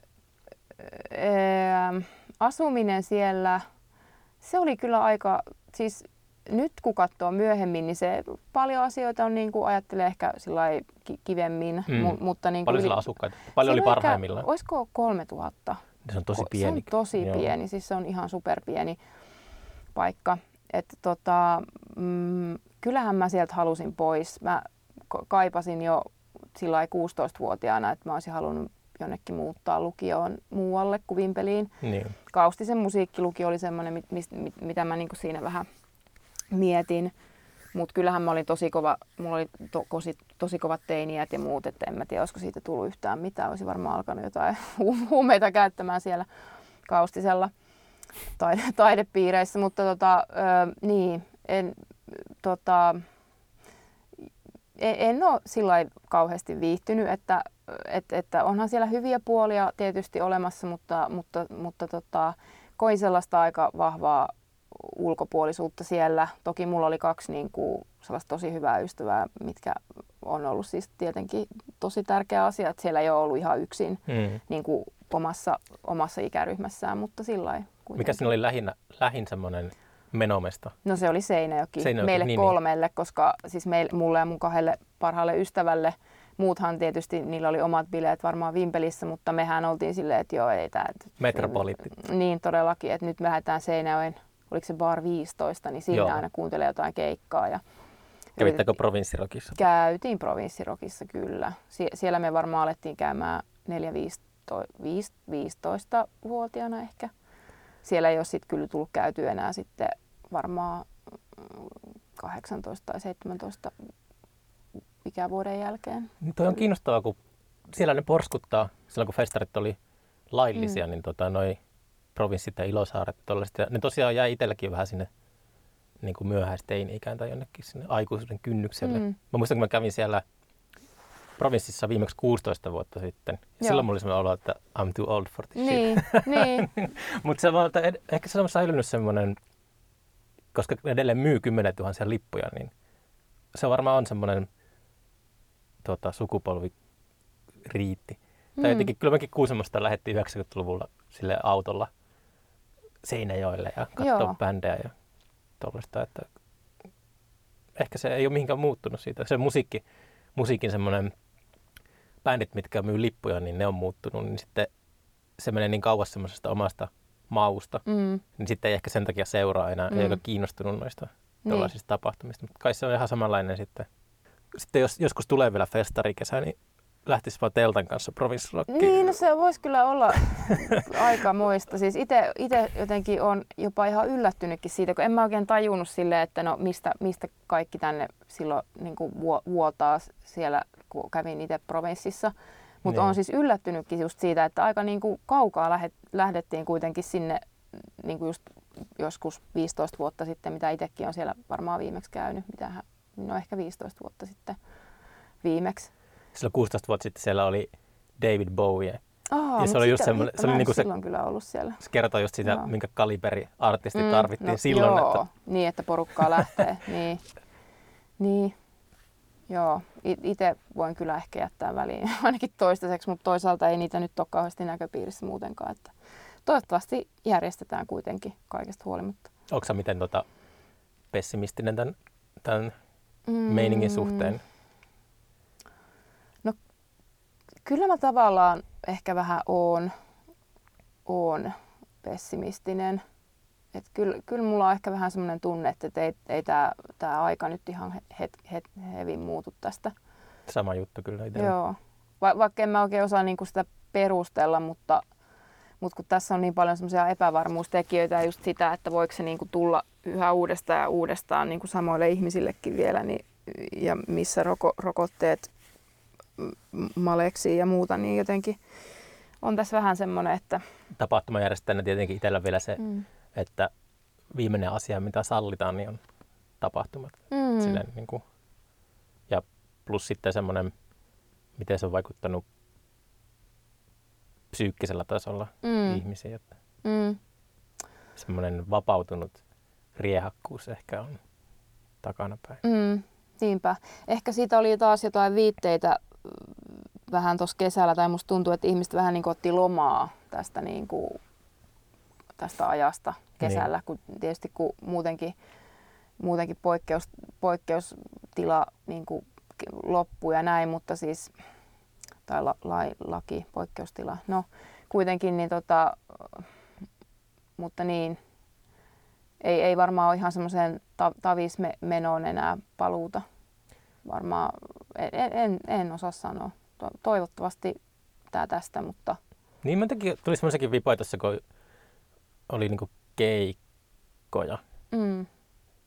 öö, asuminen siellä, se oli kyllä aika, siis nyt kun katsoo myöhemmin, niin se paljon asioita on niin kuin ajattelee ehkä sillai kivemmin. Mm. Mu, mutta niin paljon siellä asukkaita? Paljon oli parhaimmillaan? Ehkä, olisiko kolmetuhatta? Se on tosi pieni. Se on tosi Joo. pieni, siis se on ihan superpieni paikka. Et tota, mm, kyllähän mä sieltä halusin pois. Mä kaipasin jo sillai kuusitoistavuotiaana, että mä olisin halunnut jonnekin muuttaa lukioon muualle kuin Vimpeliin. Niin. Kaustisen musiikkilukio oli semmoinen, mit, mit, mit, mitä mä niinku siinä vähän mietin. Mutta kyllähän mä olin tosi kova, mulla oli to, tosi, tosi kovat teiniät ja muut, että en mä tiedä, olisiko siitä tullut yhtään mitään. Olisi varmaan alkanut jotain huumeita käyttämään siellä Kaustisella taide, taidepiireissä, mutta tota, ö, niin, en, tota, en, en ole sillä kauheasti viihtynyt, että, että, että onhan siellä hyviä puolia tietysti olemassa, mutta, mutta, mutta tota, koin sellaista aika vahvaa ulkopuolisuutta siellä. Toki mulla oli kaksi niin kuin, sellaista tosi hyvää ystävää, mitkä on ollut siis tietenkin tosi tärkeä asia, että siellä ei ole ollut ihan yksin mm. niin kuin omassa, omassa ikäryhmässään, mutta sillä lailla. Mikä siinä oli lähinnä, lähin semmoinen menomesta? No se oli Seinäjoki, Seinäjoki meille niin, kolmelle, koska siis meille, mulle ja mun kahdelle parhaalle ystävälle, muuthan tietysti, niillä oli omat bileet varmaan Vimpelissä, mutta mehän oltiin silleen, että joo, ei tämä... Metropoliitti. Niin todellakin, että nyt me lähdetään Seinäjoen, oliko se Bar viisitoista, niin sinne joo. aina kuuntelee jotain keikkaa. Ja kävittekö Provinssirokissa? Käytiin Provinssirokissa, kyllä. Sie- siellä me varmaan alettiin käymään neljä viisitoista-vuotiaana ehkä. Siellä ei ole sitten kyllä tullut käyty enää sitten varmaan kahdeksantoista tai seitsemäntoista ikävuoden jälkeen. Niin toi on kiinnostavaa, kun siellä ne porskuttaa, silloin kun festarit oli laillisia, mm. niin tota, noi provinssit ja Ilosaaret tollaiset. Ja ne tosiaan jäi itselläkin vähän sinne niin kuin myöhäisteini-ikään tai jonnekin sinne aikuisuuden kynnykselle. Mm. Mä muistan, kun mä kävin siellä provinssissa viimeksi kuusitoista vuotta sitten. Ja silloin mulla oli sellainen olo, että I'm too old for this niin, shit. Niin. Mutta se on, ehkä se on säilynyt semmoinen, koska edelleen myy kymmenen tuhansia lippuja, niin se varmaan on semmoinen tota, sukupolviriitti. Mm. Tai jotenkin, kyllä mäkin Kuusamosta lähdettiin yhdeksänkymmentäluvulla sille autolla Seinäjoelle ja katsoa bändejä ja tollaista, että ehkä se ei ole mihinkään muuttunut siitä. Se musiikki, musiikin semmoinen bändit, mitkä myy lippuja, niin ne on muuttunut, niin sitten se menee niin kauas semmoisesta omasta mausta, mm. niin sitten ei ehkä sen takia seuraa enää, mm. ei ole kiinnostunut noista tällaisista niin. tapahtumista, mutta kai se on ihan samanlainen sitten. Sitten jos joskus tulee vielä festarikesä, niin lähtisi vaan teltan kanssa provinssirokkiin. Niin, no se voisi kyllä olla aikamoista. Siis itse jotenkin on jopa ihan yllättynytkin siitä, kun en mä oikein tajunnut silleen, että no mistä, mistä kaikki tänne silloin niin kuin vuotaa siellä, kun kävin itse provinssissa. Mutta niin. on siis yllättynytkin just siitä, että aika niin kuin kaukaa lähet, lähdettiin kuitenkin sinne niin kuin just joskus viisitoista vuotta sitten, mitä itsekin on siellä varmaan viimeksi käynyt. Mitähän, no ehkä viisitoista vuotta sitten viimeksi. Silloin kuusitoista vuotta sitten siellä oli David Bowie. Aa, ja se oli just semmoinen, se oli niinku se, kyllä ollut siellä. Se kertoo just sitä, joo. minkä kaliberi artisti mm, tarvittiin no, silloin. Joo, että... niin että porukkaa lähtee. niin. niin. Joo, itse voin kyllä ehkä jättää väliin ainakin toistaiseksi, mutta toisaalta ei niitä nyt ole kauheasti näköpiirissä muutenkaan. Että toivottavasti järjestetään kuitenkin kaikesta huolimatta. Onko sä miten tota, pessimistinen tämän, tämän mm. meiningin suhteen? No kyllä mä tavallaan ehkä vähän oon, oon pessimistinen. Et kyllä, kyllä mulla on ehkä vähän semmoinen tunne, että ei, ei tämä aika nyt ihan het, het, hevin muutu tästä. Sama juttu kyllä itsellä. Joo, Va, vaikka en mä oikein osaa niinku sitä perustella, mutta, mutta kun tässä on niin paljon semmoisia epävarmuustekijöitä ja just sitä, että voiko se niinku tulla yhä uudestaan ja uudestaan niinku samoille ihmisillekin vielä, niin, ja missä roko, rokotteet maleksii ja muuta, niin jotenkin on tässä vähän semmoinen, että... Tapahtumajärjestäjänä tietenkin itsellä vielä se, mm. että viimeinen asia, mitä sallitaan, niin on tapahtumat. Mm. Silleen, niin kuin, ja plus sitten semmoinen, miten se on vaikuttanut psyykkisellä tasolla mm. ihmisiin. Että mm. semmoinen vapautunut riehakkuus ehkä on takanapäin. Mm. Niinpä. Ehkä siitä oli taas jotain viitteitä vähän tuossa kesällä, tai musta tuntuu, että ihmiset vähän niin kuin otti lomaa tästä, niin kuin, tästä ajasta kesällä, niin. kun tietysti kun muutenkin, muutenkin poikkeus, poikkeustila niin kuin loppui ja näin, mutta siis, tai la, la, laki, poikkeustila, no kuitenkin, niin tota, mutta niin, ei, ei varmaan ole ihan semmoiseen ta, tavismenoon enää paluuta. Varmaan, en, en, en osaa sanoa. Toivottavasti tämä tästä, mutta... Niin, mä tekin, tuli semmoisiakin vipoja tässä, kun oli niinku keikkoja. Mm.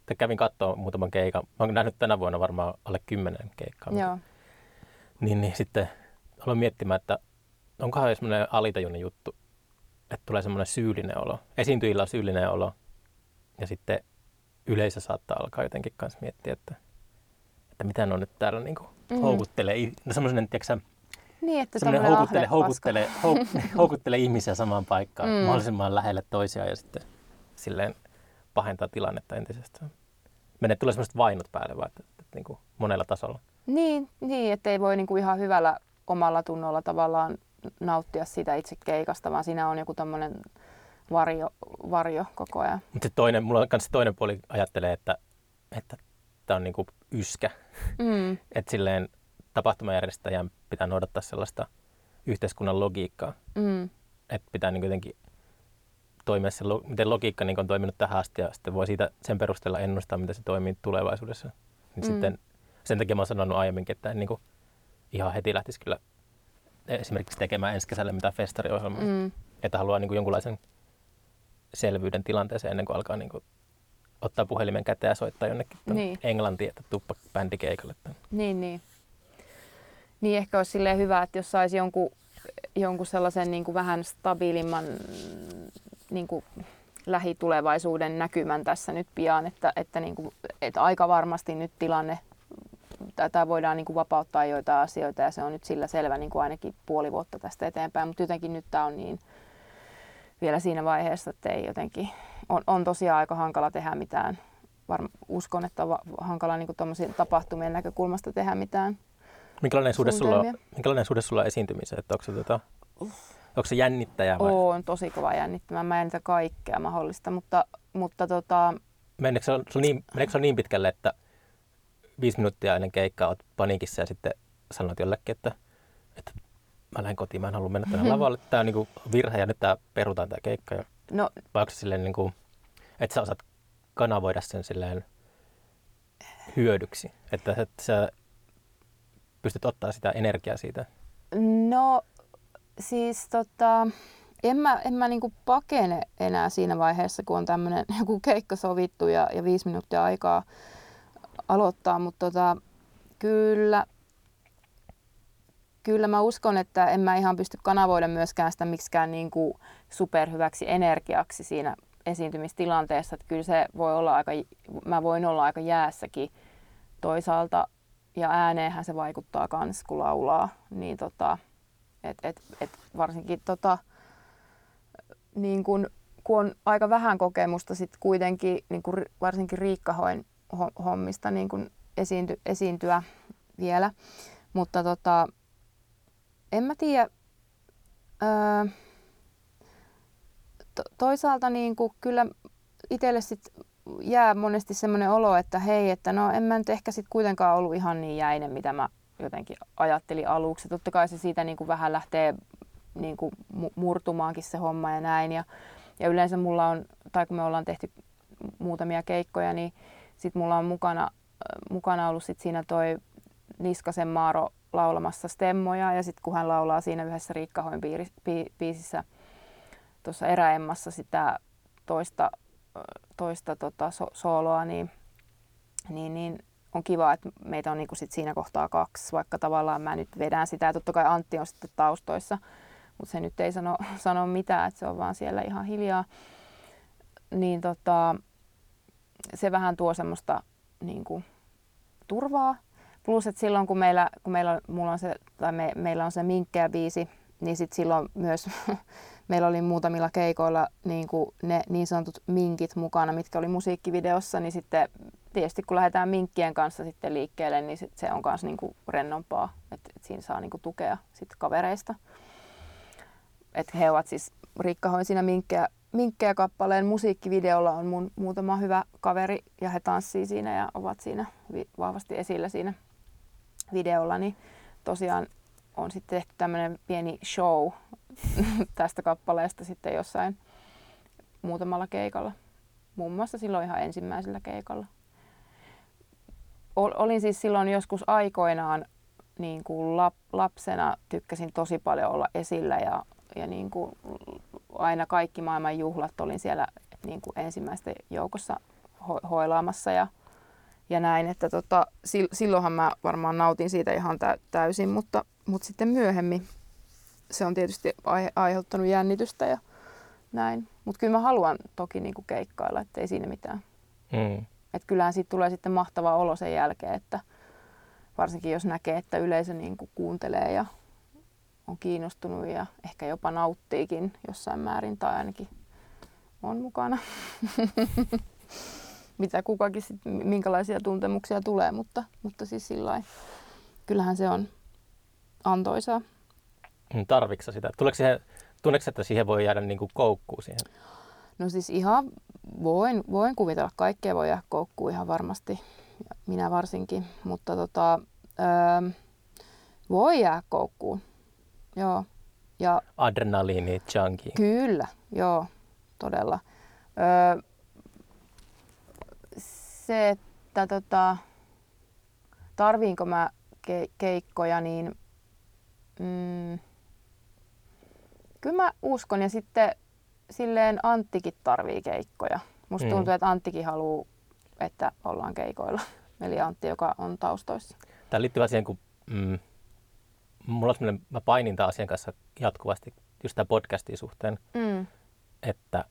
sitten kävin katsoa muutaman keikan. Mä oon nähnyt tänä vuonna varmaan alle kymmenen keikkaa. Joo. Niin, niin sitten aloin miettimään, että onkohan semmoinen alitajunnan juttu, että tulee semmoinen syyllinen olo. Esiintyjillä on syyllinen olo ja sitten yleisö saattaa alkaa jotenkin kanssa miettiä, että, että mitä ne on nyt täällä niin kuin mm. houkuttelee. No semmoinen, tiedätkö niin, että semmoinen houkuttelee, houkuttelee, houkuttelee, houkuttelee ihmisiä samaan paikkaan mm. mahdollisimman lähelle toisiaan ja sitten silleen pahentaa tilannetta entisestään. Meille tulee semmoiset vainot päälle vaan, että, että, että niin kuin monella tasolla. Niin, niin että ei voi niin kuin ihan hyvällä omalla tunnolla tavallaan nauttia siitä itse keikasta, vaan siinä on joku tommoinen varjo, varjo koko ajan. Mutta toinen, mulla on myös toinen puoli ajattelee, että että tämä on niinku yskä. Mm. Että silleen tapahtumajärjestäjän pitää noudattaa sellaista yhteiskunnan logiikkaa. Mm. Että pitää niinku jotenkin toimia se, miten logiikka niinku on toiminut tähän asti ja sitten voi siitä sen perusteella ennustaa, miten se toimii tulevaisuudessa. Niin mm. sitten, sen takia mä oon sanonut aiemminkin, että en niinku ihan heti lähtisi kyllä esimerkiksi tekemään ensi kesällä mitään festariohjelmaa. Mm. Että haluaa niinku jonkunlaisen selvyyden tilanteeseen ennen kuin alkaa niinku ottaa puhelimen käteen ja soittaa jonnekin niin. Englantiin, että tuppa bändikeikalle. Niin, niin. Niin ehkä olisi silleen hyvä, että jos saisi jonkun, jonkun sellaisen niin kuin vähän stabiilimman niin kuin lähitulevaisuuden näkymän tässä nyt pian, että, että, niin kuin, että aika varmasti nyt tilanne, tätä voidaan niin kuin vapauttaa joitain asioita ja se on nyt sillä selvä niin kuin ainakin puoli vuotta tästä eteenpäin, mutta jotenkin nyt tämä on niin vielä siinä vaiheessa, että ei jotenkin, on, on tosiaan aika hankala tehdä mitään. Varm, uskon, että on va, hankala niin kuin tapahtumien näkökulmasta tehdä mitään. Minkälainen suhde sulla, minkälainen suhde sulla on esiintymiseen? Että onko, se, tota, onko se jännittäjä vai? On tosi kova jännittämään. Mä jännitä kaikkea mahdollista, mutta... mutta tota... Meneekö se, se niin, se niin pitkälle, että viisi minuuttia ennen keikkaa olet paniikissa ja sitten sanot jollekin, että, että mä lähden kotiin, mä en halua mennä tänne lavalle. Tämä on niin virhe ja nyt tää perutaan tämä keikka. No, vai onko se silleen, niin kuin, että sä osaat kanavoida sen silleen hyödyksi? Että, että sä pystyt ottaa sitä energiaa siitä? No siis tota, en mä, en mä niinku pakene enää siinä vaiheessa, kun on tämmöinen joku keikka sovittu ja, ja viisi minuuttia aikaa aloittaa, mutta tota, kyllä, kyllä mä uskon, että en mä ihan pysty kanavoida myöskään sitä miksikään niinku superhyväksi energiaksi siinä esiintymistilanteessa. Että kyllä se voi olla aika, mä voin olla aika jäässäkin toisaalta. Ja ääneenhän se vaikuttaa kans, kun laulaa, niin tota, et, et, et varsinkin tota, niin kun, kun on aika vähän kokemusta sit kuitenkin, niin kun varsinkin Riikkahoin hommista niin kun esiinty, esiintyä vielä, mutta tota, en mä tiedä, öö, to, toisaalta niin kun kyllä itselle sit jää monesti semmoinen olo, että hei, että no en mä nyt ehkä sit kuitenkaan ollut ihan niin jäinen, mitä mä jotenkin ajattelin aluksi. Totta kai se siitä niin kuin vähän lähtee niin kuin murtumaankin se homma ja näin. Ja, ja yleensä mulla on, tai kun me ollaan tehty muutamia keikkoja, niin sit mulla on mukana, mukana ollut sit siinä toi Niskasen Maaro laulamassa stemmoja. Ja sit kun hän laulaa siinä yhdessä Riikkahoin biisissä tuossa Eräemmassa sitä toista toista tota, so- sooloa, niin, niin, niin on kiva, että meitä on niinku sit siinä kohtaa kaksi, vaikka tavallaan mä nyt vedän sitä, ja totta kai Antti on sitten taustoissa, mutta se nyt ei sano, sano mitään, että se on vaan siellä ihan hiljaa, niin tota, se vähän tuo semmoista niinku, turvaa, plus että silloin kun meillä, kun meillä, mulla on se, tai me, meillä on se Minkkeä-biisi, niin sit silloin myös meillä oli muutamilla keikoilla niin, kuin ne niin sanotut minkit mukana, mitkä oli musiikkivideossa, niin sitten tietysti kun lähdetään minkkien kanssa sitten liikkeelle, niin sit se on myös niin kuin rennompaa, että et siinä saa niin kuin tukea sit kavereista. Et he ovat siis, Riikkahoin siinä minkkejä, minkkejä kappaleen musiikkivideolla on mun muutama hyvä kaveri ja he tanssii siinä ja ovat siinä vahvasti esillä siinä videolla, niin tosiaan on sitten tehty tämmöinen pieni show tästä kappaleesta sitten jossain muutamalla keikalla. Muun muassa silloin ihan ensimmäisellä keikalla. Olin siis silloin joskus aikoinaan niin kuin lap, lapsena, tykkäsin tosi paljon olla esillä ja, ja niin kuin aina kaikki maailman juhlat olin siellä niin kuin ensimmäisten joukossa ho- hoilaamassa ja, ja näin. Että tota, silloinhan mä varmaan nautin siitä ihan tä- täysin, mutta, mutta sitten myöhemmin se on tietysti ai- aiheuttanut jännitystä ja näin. Mutta kyllä mä haluan toki niinku keikkailla, ettei siinä mitään. Mm. Että kyllähän siitä tulee sitten mahtava olo sen jälkeen, että varsinkin jos näkee, että yleisö niinku kuuntelee ja on kiinnostunut ja ehkä jopa nauttiikin jossain määrin tai ainakin on mukana. Mitä kukakin sit, minkälaisia tuntemuksia tulee, mutta, mutta siis sillain, kyllähän se on antoisaa. Tarvitsetko sitä? Tuleeko siihen, tunneeko, että siihen voi jäädä niin kuin koukkuun siihen? No siis ihan voin, voin kuvitella, kaikkea voi jäädä koukkuun ihan varmasti, minä varsinkin, mutta tota, öö, voi jäädä koukkuun, joo. Ja adrenaliini junkie. Kyllä, joo, todella. Öö, se, että tota, tarviinko mä ke- keikkoja, niin mm, kyllä mä uskon. Ja sitten silleen Anttikin tarvii keikkoja. Musta mm. tuntuu, että Anttikin haluaa, että ollaan keikoilla. Eli Antti, joka on taustoissa. Tämä liittyy vaan siihen, kun mm, mulla on sellainen, mä painin tämän asian kanssa jatkuvasti just tämän podcastin suhteen, mm. että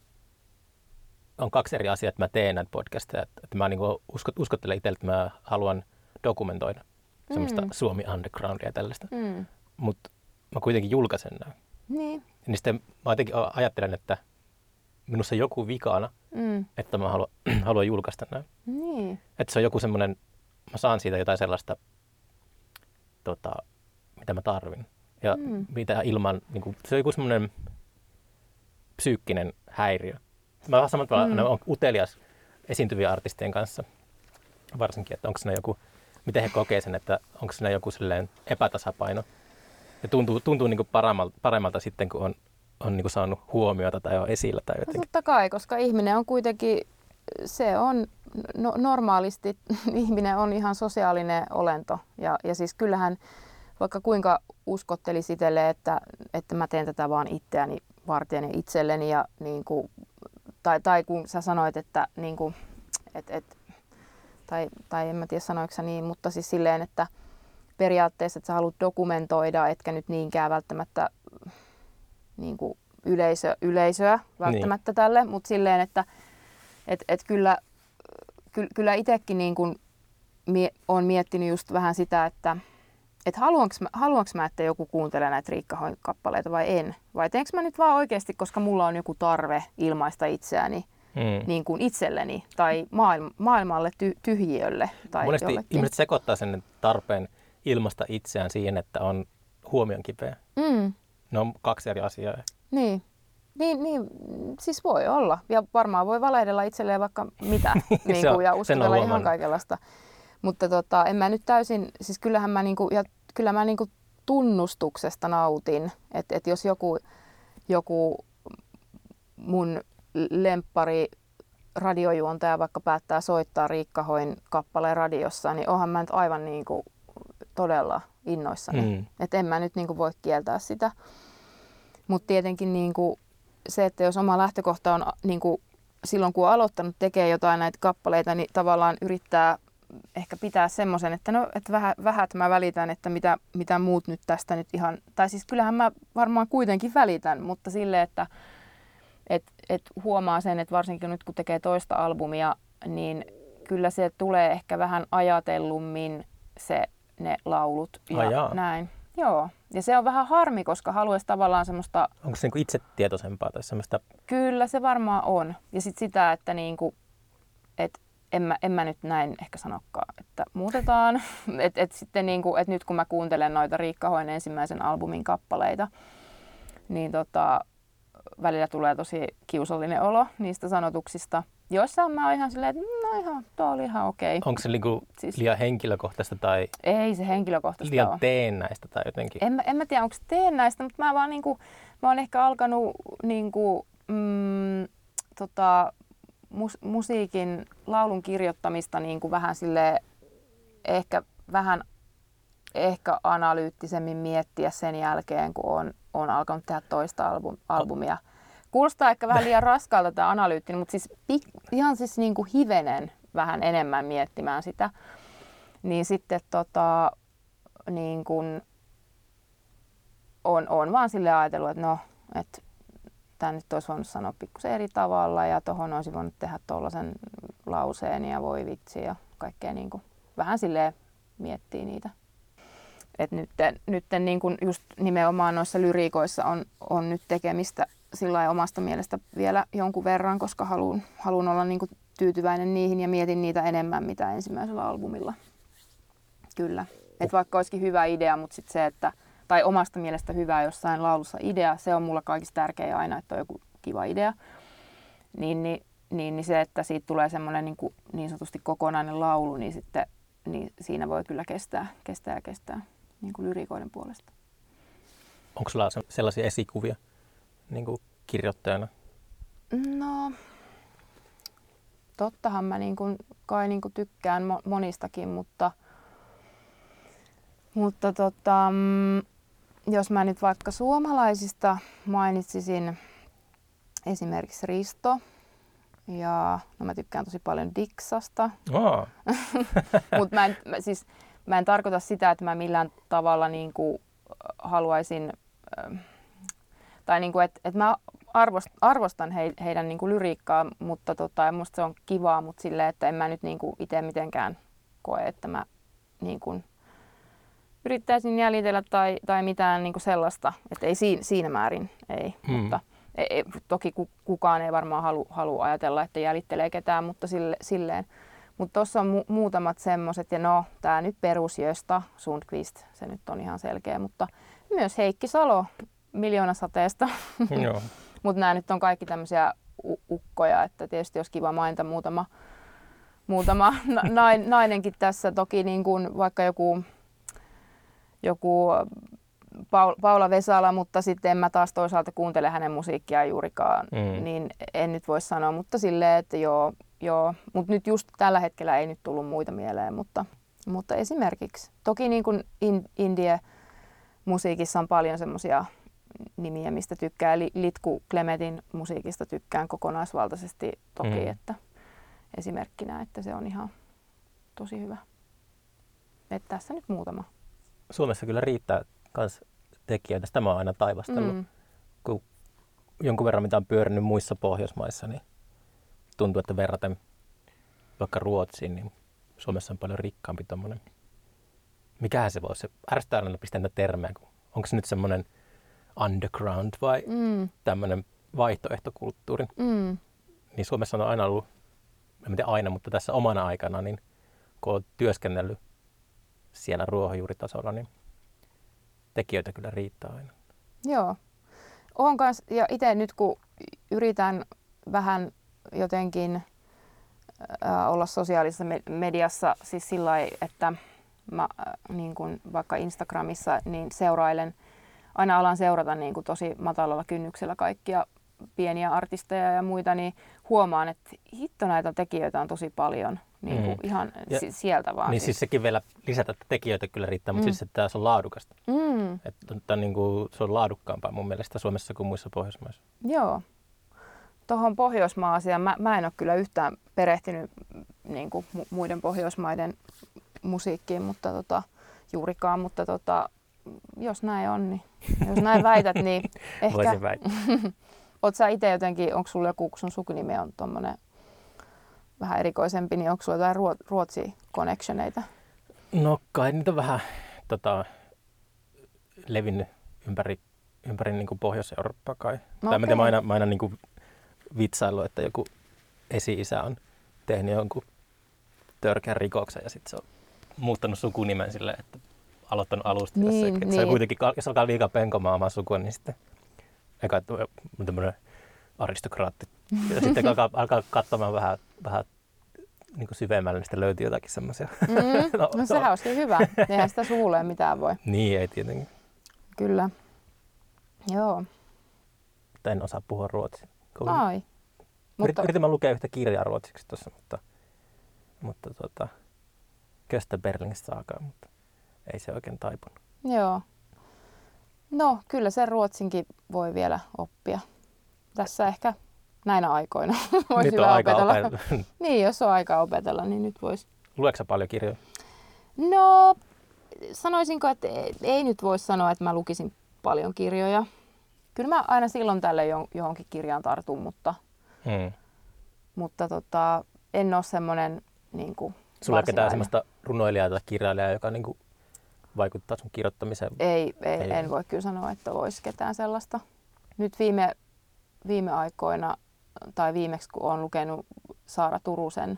on kaksi eri asiaa, että mä teen näitä podcasteja. Että mä niinku uskot, uskottelen itselle, että mä haluan dokumentoida mm. semmoista Suomi Undergroundia ja tällaista. Mm. Mutta mä kuitenkin julkaisen nämä. Niin. Niin sitten mä jotenkin ajattelen, että minussa on joku vikana, mm. että mä haluan, haluan julkaista nämä. Niin. Että se on joku semmoinen, mä saan siitä jotain sellaista, tota, mitä mä tarvin. Ja mm. mitä ilman, niin kuin, se on joku semmoinen psyykkinen häiriö. Mä olen samalla tavalla, mm. on utelias esiintyvien artistien kanssa varsinkin, että onko siinä joku, miten he kokee sen, että onko siinä joku silleen epätasapaino. Ja tuntuu, tuntuu niin kuin paremmalta, paremmalta sitten, kun on, on niin kuin saanut huomiota tai on esillä tai jotenkin. No totta kai, koska ihminen on kuitenkin, se on no, normaalisti, ihminen on ihan sosiaalinen olento. Ja, ja siis kyllähän vaikka kuinka uskottelisi itselle, että, että mä teen tätä vaan itseäni varten ja itselleni ja niin kuin, Tai, tai kun sä sanoit, että niin kuin, et, et, tai, tai en mä tiedä sanoiko sä niin, mutta siis silleen, että periaatteessa, että sä haluat dokumentoida, etkä nyt niinkään välttämättä niin kuin yleisö, yleisöä välttämättä niin. Tälle, mutta silleen, että et, et kyllä, ky, kyllä itsekin niin kuin mie, olen miettinyt just vähän sitä, että et haluanko, mä, haluanko mä, että joku kuuntelee näitä Riikka Hoin kappaleita vai en? Vai teenkö mä nyt vaan oikeasti, koska mulla on joku tarve ilmaista itseäni mm. niin kuin itselleni tai maailma, maailmalle, ty, tyhjiölle tai monesti jollekin. Ihmiset sekoittaa sen tarpeen ilmaista itseään siihen, että on huomion kipeä. Mm. Ne on kaksi eri asiaa. Niin. Niin, niin, siis voi olla. Ja varmaan voi valehdella itselleen vaikka mitä niin kuin, ja uskotella ihan kaikenlaista. Mutta tota, en mä nyt täysin, siis kyllähän mä, niinku, ja kyllä mä niinku tunnustuksesta nautin, että et jos joku, joku mun lemppari radiojuontaja vaikka päättää soittaa Riikka Hoin kappaleen radiossa, niin onhan mä nyt aivan niinku todella innoissani. Mm. Että en mä nyt niinku voi kieltää sitä. Mutta tietenkin niinku se, että jos oma lähtökohta on niinku, silloin kun on aloittanut tekemään jotain näitä kappaleita, niin tavallaan yrittää ehkä pitää semmoisen, että no, että vähän, vähät mä välitän, että mitä, mitä muut nyt tästä nyt ihan, tai siis kyllähän mä varmaan kuitenkin välitän, mutta silleen, että et, et huomaa sen, että varsinkin nyt kun tekee toista albumia, niin kyllä se tulee ehkä vähän ajatellummin se, ne laulut ja Ai näin. Joo, ja se on vähän harmi, koska haluaisi tavallaan semmoista... Onko se niinku itsetietoisempaa tai semmoista? Kyllä se varmaan on. Ja sitten sitä, että niinku, et en mä, en mä nyt näin ehkä sanokaan, että muutetaan. Et, et sitten niinku, et nyt kun mä kuuntelen noita Riikka Hoin ensimmäisen albumin kappaleita, niin tota, välillä tulee tosi kiusallinen olo niistä sanotuksista. Joissain mä oon ihan silleen, että no ihan, tuo oli ihan okei. Onko se niinku siis, liian henkilökohtaista tai... Ei se henkilökohtaista liian ole. teennäistä tai jotenkin? En, mä, en mä tiedä, onko se teennäistä, mutta mä vaan niinku, mä oon ehkä alkanut niinku, mm, tota, mus, musiikin, laulun kirjoittamista niinku vähän silleen, ehkä vähän ehkä analyyttisemmin miettiä sen jälkeen, kun on, on alkanut tehdä toista album, albumia. kuulostaa ehkä vähän liian raskaalta tämä analyyttinen, mutta siis ihan siis niin kuin hivenen vähän enemmän miettimään sitä. Niin sitten tota, niin kuin on, on vaan sille ajatellut, että no, että tämä nyt olisi voinut sanoa pikkusen eri tavalla ja tuohon olisi voinut tehdä tuollaisen lauseen ja voi vitsi ja kaikkea niin kuin vähän silleen miettii niitä. Että nyt, nyt niin kuin just nimenomaan noissa lyriikoissa on, on nyt tekemistä sillä omasta mielestä vielä jonkun verran, koska haluan, haluan olla niin kuin tyytyväinen niihin ja mietin niitä enemmän mitä ensimmäisellä albumilla. Kyllä. Et vaikka olisikin hyvä idea, mutta sit se, että, tai omasta mielestä hyvä jossain laulussa idea, se on mulla kaikista tärkeä aina, että on joku kiva idea. Niin, niin, niin, niin se, että siitä tulee semmoinen niin, kuin niin sanotusti kokonainen laulu, niin, sitten, niin siinä voi kyllä kestää, kestää ja kestää niin kuin lyriikoiden puolesta. Onko sulla sellaisia esikuvia niin kuin kirjoittajana? No, tottahan mä niin kuin, kai niin kuin tykkään monistakin, mutta, mutta tota, jos mä nyt vaikka suomalaisista mainitsisin esimerkiksi Risto, ja no mä tykkään tosi paljon Diksasta, Oh. mutta mä, mä, siis, mä en tarkoita sitä, että mä millään tavalla niin kuin haluaisin, tai niin kuin, että, että mä arvostan he, heidän niin kuin lyriikkaa, mutta tota, musta se on kivaa, mutta silleen, että en mä nyt niin kuin itse mitenkään koe, että mä niin kuin yrittäisin jäljitellä tai, tai mitään niin kuin sellaista, että ei siinä, siinä määrin, ei, mm. mutta ei, toki kukaan ei varmaan halua, halua ajatella, että jäljittelee ketään, mutta sille, silleen. Mutta tuossa on mu- muutamat semmoiset, ja no, tämä nyt perusjöstä, Sundqvist, se nyt on ihan selkeä, mutta myös Heikki Salo Miljoonasateesta. Mutta nämä nyt on kaikki tämmöisiä u- ukkoja, että tietysti olisi kiva mainita muutama, muutama na- nainenkin tässä. Toki niin kuin vaikka joku, joku Paul- Paula Vesala, mutta sitten en mä taas toisaalta kuuntele hänen musiikkiaan juurikaan, mm. niin en nyt voi sanoa, mutta silleen, että joo, joo. Mutta nyt just tällä hetkellä ei nyt tullut muita mieleen, mutta, mutta esimerkiksi. Toki niin kuin in, indie-musiikissa on paljon semmoisia nimiä, mistä tykkää. Litku Klemetin musiikista tykkään kokonaisvaltaisesti toki, mm. että esimerkkinä, että se on ihan tosi hyvä. Että tässä nyt muutama. Suomessa kyllä riittää kans tekijöitä. Sitä mä oon aina taivastellut. Mm. Kun jonkun verran mitä on pyörinyt muissa Pohjoismaissa, niin tuntuu, että verraten vaikka Ruotsiin, niin Suomessa on paljon rikkaampi tommonen. Mikähän se voisi? Ärsyttää aina pistää näitä termejä. Onko se nyt semmoinen underground vai mm. tämmöinen vaihtoehtokulttuuri? Mm. Niin Suomessa on aina ollut, en tiedä aina, mutta tässä omana aikana, niin kun on työskennellyt siellä ruohonjuuritasolla, niin tekijöitä kyllä riittää aina. Joo. Oon kans, ja itse nyt kun yritän vähän jotenkin äh, olla sosiaalisessa mediassa siis sillä lailla, että mä äh, niin kun vaikka Instagramissa niin seurailen, aina alan seurata niin kun tosi matalalla kynnyksellä kaikkia pieniä artisteja ja muita, niin huomaan, että hitto näitä tekijöitä on tosi paljon. Niin kuin mm. ihan ja, sieltä vaan. Niin siis. siis sekin vielä lisätä, että tekijöitä kyllä riittää, mm. mutta siis että se on laadukasta. Mm. Että niin kuin, se on laadukkaampaa mun mielestä Suomessa kuin muissa Pohjoismaissa. Joo. Tuohon Pohjoismaa-asiaan mä, mä en ole kyllä yhtään perehtynyt niin kuin muiden Pohjoismaiden musiikkiin, mutta tota, juurikaan, mutta tota, jos näin on, niin jos näin väität, niin ehkä. Voisin väittää. Oot sä itse jotenkin, onko sulla joku, kun sun sukunimi on tommonen vähän erikoisempi, niin onko sulla jotain Ruotsi-connectioneita? No kai niitä on vähän tota, levinnyt ympäri, ympäri niin kuin Pohjois-Eurooppaa kai. No tai okay. Mä aina, mä aina niin kuin vitsaillut, että joku esi-isä on tehnyt jonkun törkeän rikoksen ja sitten se on muuttanut sukunimen silleen, että aloittanut alusta. Niin, se, niin. Se on kuitenkin, jos alkaa liikaa penkomaan omaa sukua, niin sitten eka on tämmöinen aristokraatti. Ja sitten alkaa, alkaa katsomaan vähän, vähän niin kuin syvemmälle, niin sitten löytyy jotakin semmoisia. Mm, no, no sehän olisikin hyvä. Eihän sitä suuleen mitään voi. Niin, ei tietenkin. Kyllä. Joo. Mutta en osaa puhua ruotsia. Ai. Mutta yritin mä lukea yhtä kirjaa ruotsiksi tuossa, mutta, mutta tuota, Köstä Berlingistä saakaan, mutta ei se oikein taipunut. Joo. No, kyllä sen ruotsinkin voi vielä oppia. tässä ehkä näinä aikoina voisi Nyt on hyvä aika opetella. opetella. Niin, jos on aika opetella, niin nyt voisi. Luetko sä paljon kirjoja? No, sanoisinko, että ei, ei nyt voi sanoa, että mä lukisin paljon kirjoja. Kyllä mä aina silloin tälle johonkin kirjaan tartun, mutta, Hmm. mutta tota, en ole semmoinen niin kuin Sulla ei ole ketään varsinainen. sellaista runoilijaa tai kirjailijaa, joka niin kuin vaikuttaa sun kirjoittamiseen? Ei, ei, Ei. en voi kyllä sanoa, että olisi ketään sellaista. Nyt viime, viime aikoina, tai viimeksi kun olen lukenut Saara Turusen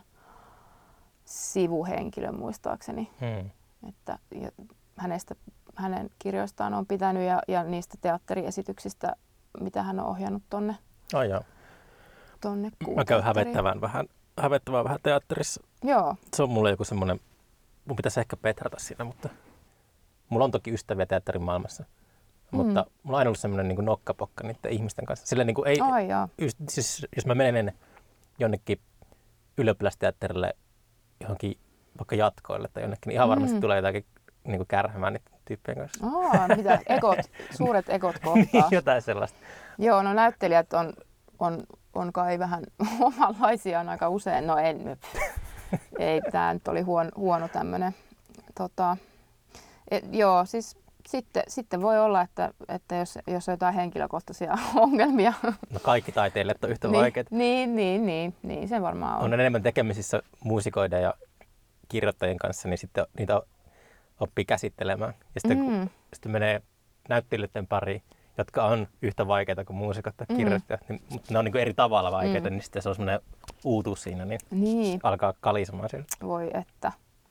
sivuhenkilön muistaakseni, Hmm. että hänestä, hänen kirjoistaan on pitänyt ja, ja niistä teatteriesityksistä, mitä hän on ohjannut tonne, Ai jaa. tonne Mä käyn Kuuteatteriin. hävettävän vähän, hävettävän vähän teatterissa. Joo. Se on mulle joku semmoinen, mun pitäisi ehkä petrata siinä, mutta mulla on toki ystäviä teatterin maailmassa. Mm. Mutta mulla on aina ollut semmoinen niin kuin nokkapokka niiden ihmisten kanssa. Sillä niin kuin ei, Ai jaa. just, siis, jos mä menen jonnekin ylioppilasteatterille johonkin vaikka jatkoille tai jonnekin, niin ihan varmasti Mm. tulee jotakin niin kuin kärhämään niiden tyyppien kanssa. Aa, mitä ekot, suuret ekot kohtaa. Jotain sellaista. Joo, no näyttelijät on, on, on kai vähän omanlaisiaan aika usein. No en, ei, tämä nyt oli huono, huono tämmöinen. Tota, et, joo, siis sitten, sitten voi olla, että, että jos, jos on jotain henkilökohtaisia ongelmia. No kaikki taiteilijat on yhtä niin, vaikeita. niin, niin, niin, niin, se varmaan on. On enemmän tekemisissä muusikoiden ja kirjoittajien kanssa, niin sitten niitä oppii käsittelemään. Ja sitten kun Mm. sitten menee näyttelijöiden pariin, jotka on yhtä vaikeita kuin muusikot tai Mm. kirjoittajat, niin, mutta ne on niin kuin eri tavalla vaikeita, Mm. niin sitten se on semmoinen uutuus siinä, niin Niin, alkaa kalisemaan siellä. voi että.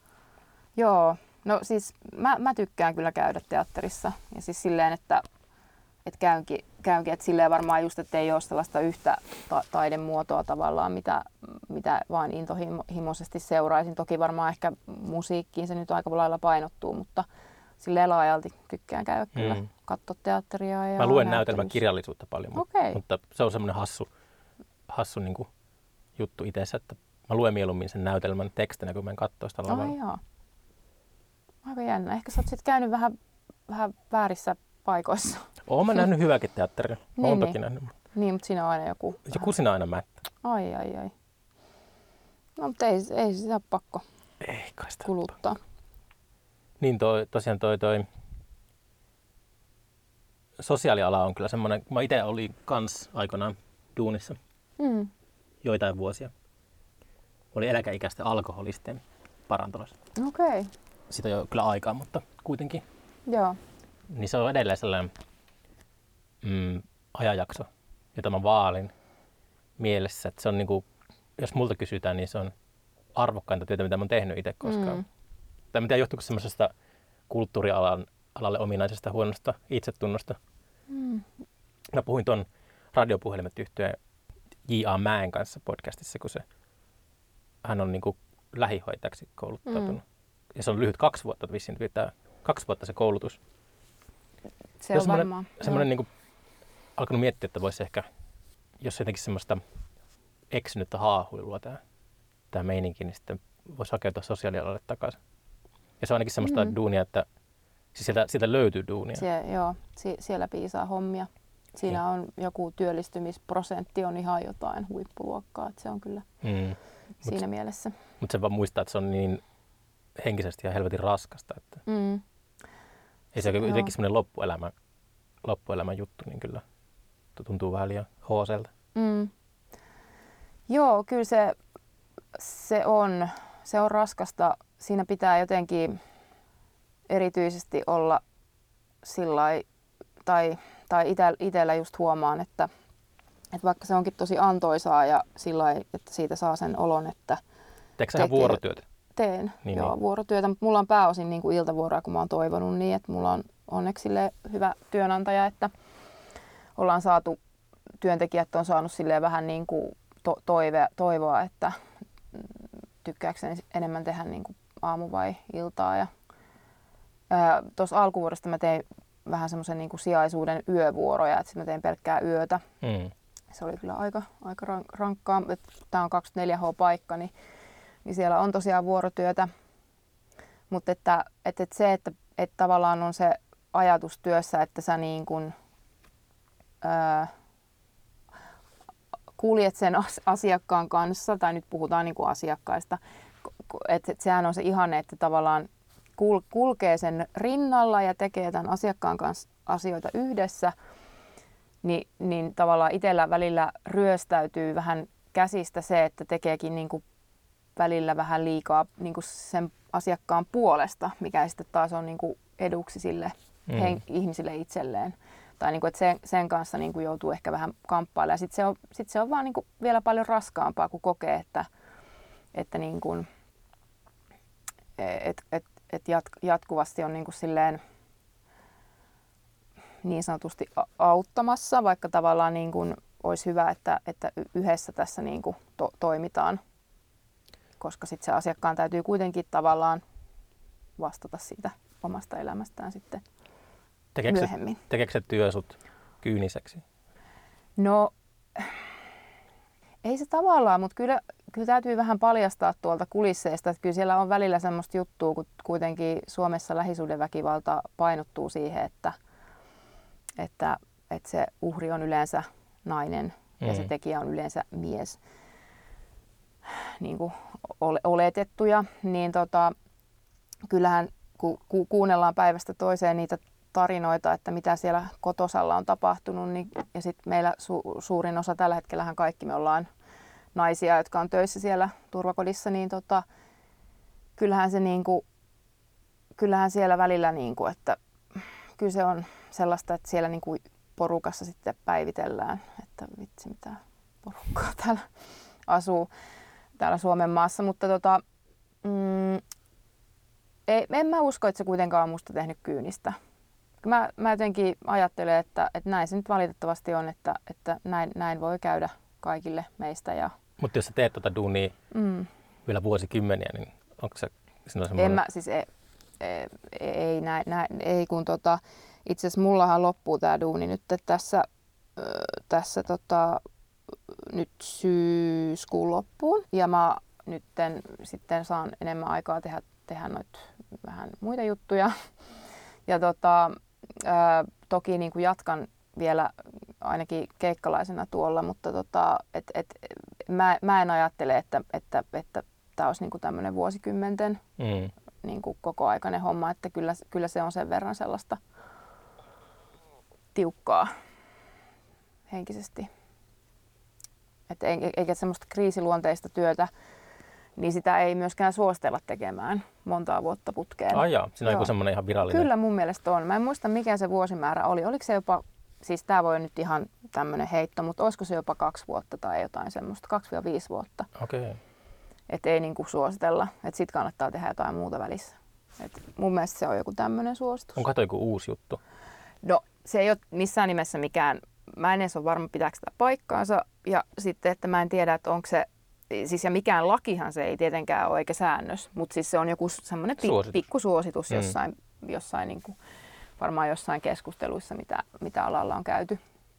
Joo, no siis mä, mä tykkään kyllä käydä teatterissa. Ja siis silleen, että, että käynkin, käynkin, että silleen varmaan just, että ei ole sellaista yhtä ta- taidemuotoa tavallaan, mitä, mitä vaan intohimoisesti seuraisin. Toki varmaan ehkä musiikkiin se nyt aika lailla painottuu, mutta silleen laajalti tykkään käydä kyllä Mm. katsoa teatteria. Ja Mä luen näyttelyssä. näytelmän kirjallisuutta paljon, mu- Okei. mutta se on semmoinen hassu, hassu niin kuin juttu itsessä, että mä luen mieluummin sen näytelmän tekstinä, kun mä en katsoo sitä lavalla. Ai joo. Aika jännä. Ehkä sä oot sit käynyt vähän, vähän väärissä paikoissa. Oon mä nähnyt hyvääkin teatteria. Mä Niin, oon toki niin. nähnyt. Niin, mutta siinä on aina joku. Joku siinä aina mättä. Ai, ai, ai. No, mutta ei, ei sitä ole pakko Ei kai sitä. kuluttaa. Niin toi, tosiaan toi, toi sosiaaliala on kyllä semmoinen, mä itse olin kans aikoinaan duunissa Mm. joitain vuosia. Oli eläkeikäisten alkoholistien parantolossa. Okei, okay. Siitä on jo kyllä aikaa, mutta kuitenkin. Joo. Niin se on edelleen sellainen mm, ajanjakso, jota mä vaalin mielessä. Että se on niinku, jos multa kysytään, niin se on arvokkainta työtä, mitä mä oon tehnyt itse koskaan. Mm. Tai mitä johtuuko semmoisesta kulttuurialan alalle ominaisesta huonosta itsetunnosta. Mm. Mä puhuin tuon Radiopuhelimet -yhtyeen J A Mäen kanssa podcastissa, kun se, hän on niinku lähihoitajaksi kouluttautunut. Mm. Ja se on lyhyt kaksi vuotta, vissiin pitää kaksi vuotta se koulutus. Se Ja on semmoinen- varmaan. Semmoinen niinku, alkanut miettiä, että voisi ehkä, jos jotenkin semmoista eksynyttä haahuilua tämä, tämä meininki, niin sitten voisi hakeutua sosiaalialalle takaisin. Ja se on ainakin semmoista Mm. duunia, että siis sieltä, sieltä löytyy duunia. Sie, joo, si, siellä piisaa hommia. Siinä on joku työllistymisprosentti on ihan jotain huippuluokkaa, että se on kyllä Mm. siinä mielessä. Mutta se vaan muistaa, että se on niin henkisesti ja helvetin raskasta, että Mm. ei se ole Joo. jotenkin semmoinen loppuelämä, loppuelämän juttu, niin kyllä tuntuu vähän liian hooselta. Mm. Joo, kyllä se, se, on, se on raskasta. Siinä pitää jotenkin erityisesti olla sillai, tai, tai ite, itsellä just huomaan, että, että vaikka se onkin tosi antoisaa ja sillai, että siitä saa sen olon, että Teekö sä ihan Tekee. vuorotyötä? teen Niin, joo, niin. vuorotyötä, mutta mulla on pääosin niin kuin iltavuoroja, kun mä oon toivonut niin, että mulla on onneksi silleen hyvä työnantaja, että ollaan saatu, työntekijät on saanut silleen vähän niin kuin to- toive, toivoa, että tykkääkseni enemmän tehdä niin kuin aamu- vai iltaa. Ja tuossa alkuvuodesta mä tein vähän semmoisen niin kuin sijaisuuden yövuoroja, että sit mä tein pelkkää yötä. Mm. Se oli kyllä aika, aika rank- rankkaa. Tämä on kaksikymmentäneljä H-paikka, niin, niin siellä on tosiaan vuorotyötä. Mutta että, että, että se, että, että tavallaan on se ajatus työssä, että sä niin kuin, ää, kuljet sen asiakkaan kanssa, tai nyt puhutaan niin kuin asiakkaista, että et sehän on se ihanne, että tavallaan kul- kulkee sen rinnalla ja tekee tämän asiakkaan kanssa asioita yhdessä, niin, niin tavallaan itsellä välillä ryöstäytyy vähän käsistä se, että tekeekin niin kuin välillä vähän liikaa niin kuin sen asiakkaan puolesta, mikä sitten taas on niin kuin eduksi sille mm. hen- ihmisille itselleen. Tai niin kuin, että sen, sen kanssa niin kuin joutuu ehkä vähän kamppailemaan. Sitten se on, sit se on vaan niin kuin vielä paljon raskaampaa, kun kokee, että, että niin kuin, et, et, et jat, jatkuvasti on niin kuin silleen niin sanotusti auttamassa, vaikka tavallaan niin kuin olisi hyvä, että, että yhdessä tässä niin kuin to, toimitaan, koska sitten se asiakkaan täytyy kuitenkin tavallaan vastata siitä omasta elämästään sitten tekeekö myöhemmin. Se, tekeekö se työ sut kyyniseksi? No, ei se tavallaan, mutta kyllä, kyllä täytyy vähän paljastaa tuolta kulisseista, että kyllä siellä on välillä semmoista juttua, kun kuitenkin Suomessa lähisuhdeväkivalta painottuu siihen, että, että, että se uhri on yleensä nainen mm. ja se tekijä on yleensä mies, niin kuin oletettuja, niin tota, kyllähän kun ku, kuunnellaan päivästä toiseen niitä tarinoita, että mitä siellä kotosalla on tapahtunut, niin, ja sitten meillä su, suurin osa tällä hetkellähän kaikki me ollaan naisia, jotka on töissä siellä turvakodissa, niin tota, kyllähän se niinku, kyllähän siellä välillä niinku, että kyllä se on sellaista, että siellä niinku porukassa sitten päivitellään, että vitsi mitä porukkaa täällä asuu täällä Suomen maassa, mutta tota, mm, ei, en mä usko, että se kuitenkaan on musta tehnyt kyynistä. Mä, mä jotenkin ajattelen, että, että näin se nyt valitettavasti on, että, että näin, näin voi käydä kaikille meistä. Ja mutta jos sä teet tuota duunia mm. vielä vuosikymmeniä, niin onko se semmoinen? En mä, siis ei, ei, ei, näin, näin, ei kun tota, itse asiassa mullahan loppuu tää duuni nyt tässä, tässä tota, nyt syyskuun loppuun. Ja mä nytten sitten saan enemmän aikaa tehdä, tehdä noita vähän muita juttuja. Ja tota, ää, toki niin kuin jatkan vielä ainakin keikkalaisena tuolla, mutta tota, et, et, mä, mä en ajattele, että että, että tämä olisi niin kuin tämmöinen vuosikymmenten mm. niin kuin kokoaikainen homma, että kyllä, kyllä se on sen verran sellaista tiukkaa henkisesti. Et eikä semmoista kriisiluonteista työtä, niin sitä ei myöskään suostella tekemään montaa vuotta putkeen. Ai jaa, siinä on joku semmoinen ihan virallinen. Kyllä mun mielestä on. Mä en muista mikä se vuosimäärä oli. Oliko se jopa, siis tää voi nyt ihan tämmöinen heitto, mutta olisiko se jopa kaksi vuotta tai jotain semmoista, kaksi viisi vuotta. Okei. Okay. Että ei niinku suositella, että sit kannattaa tehdä jotain muuta välissä. Et mun mielestä se on joku tämmöinen suositus. Onko toi joku uusi juttu? No se ei ole missään nimessä mikään, mä en edes ole varma pitääkö sitä paikkaansa ja sitten, että mä en tiedä, että onko se siis ja mikään lakihan se ei tietenkään ole eikä säännös, mutta siis se on joku semmoinen pi- pikkusuositus jossain, mm. jossain niin kuin, varmaan jossain keskusteluissa, mitä, mitä alalla on käyty.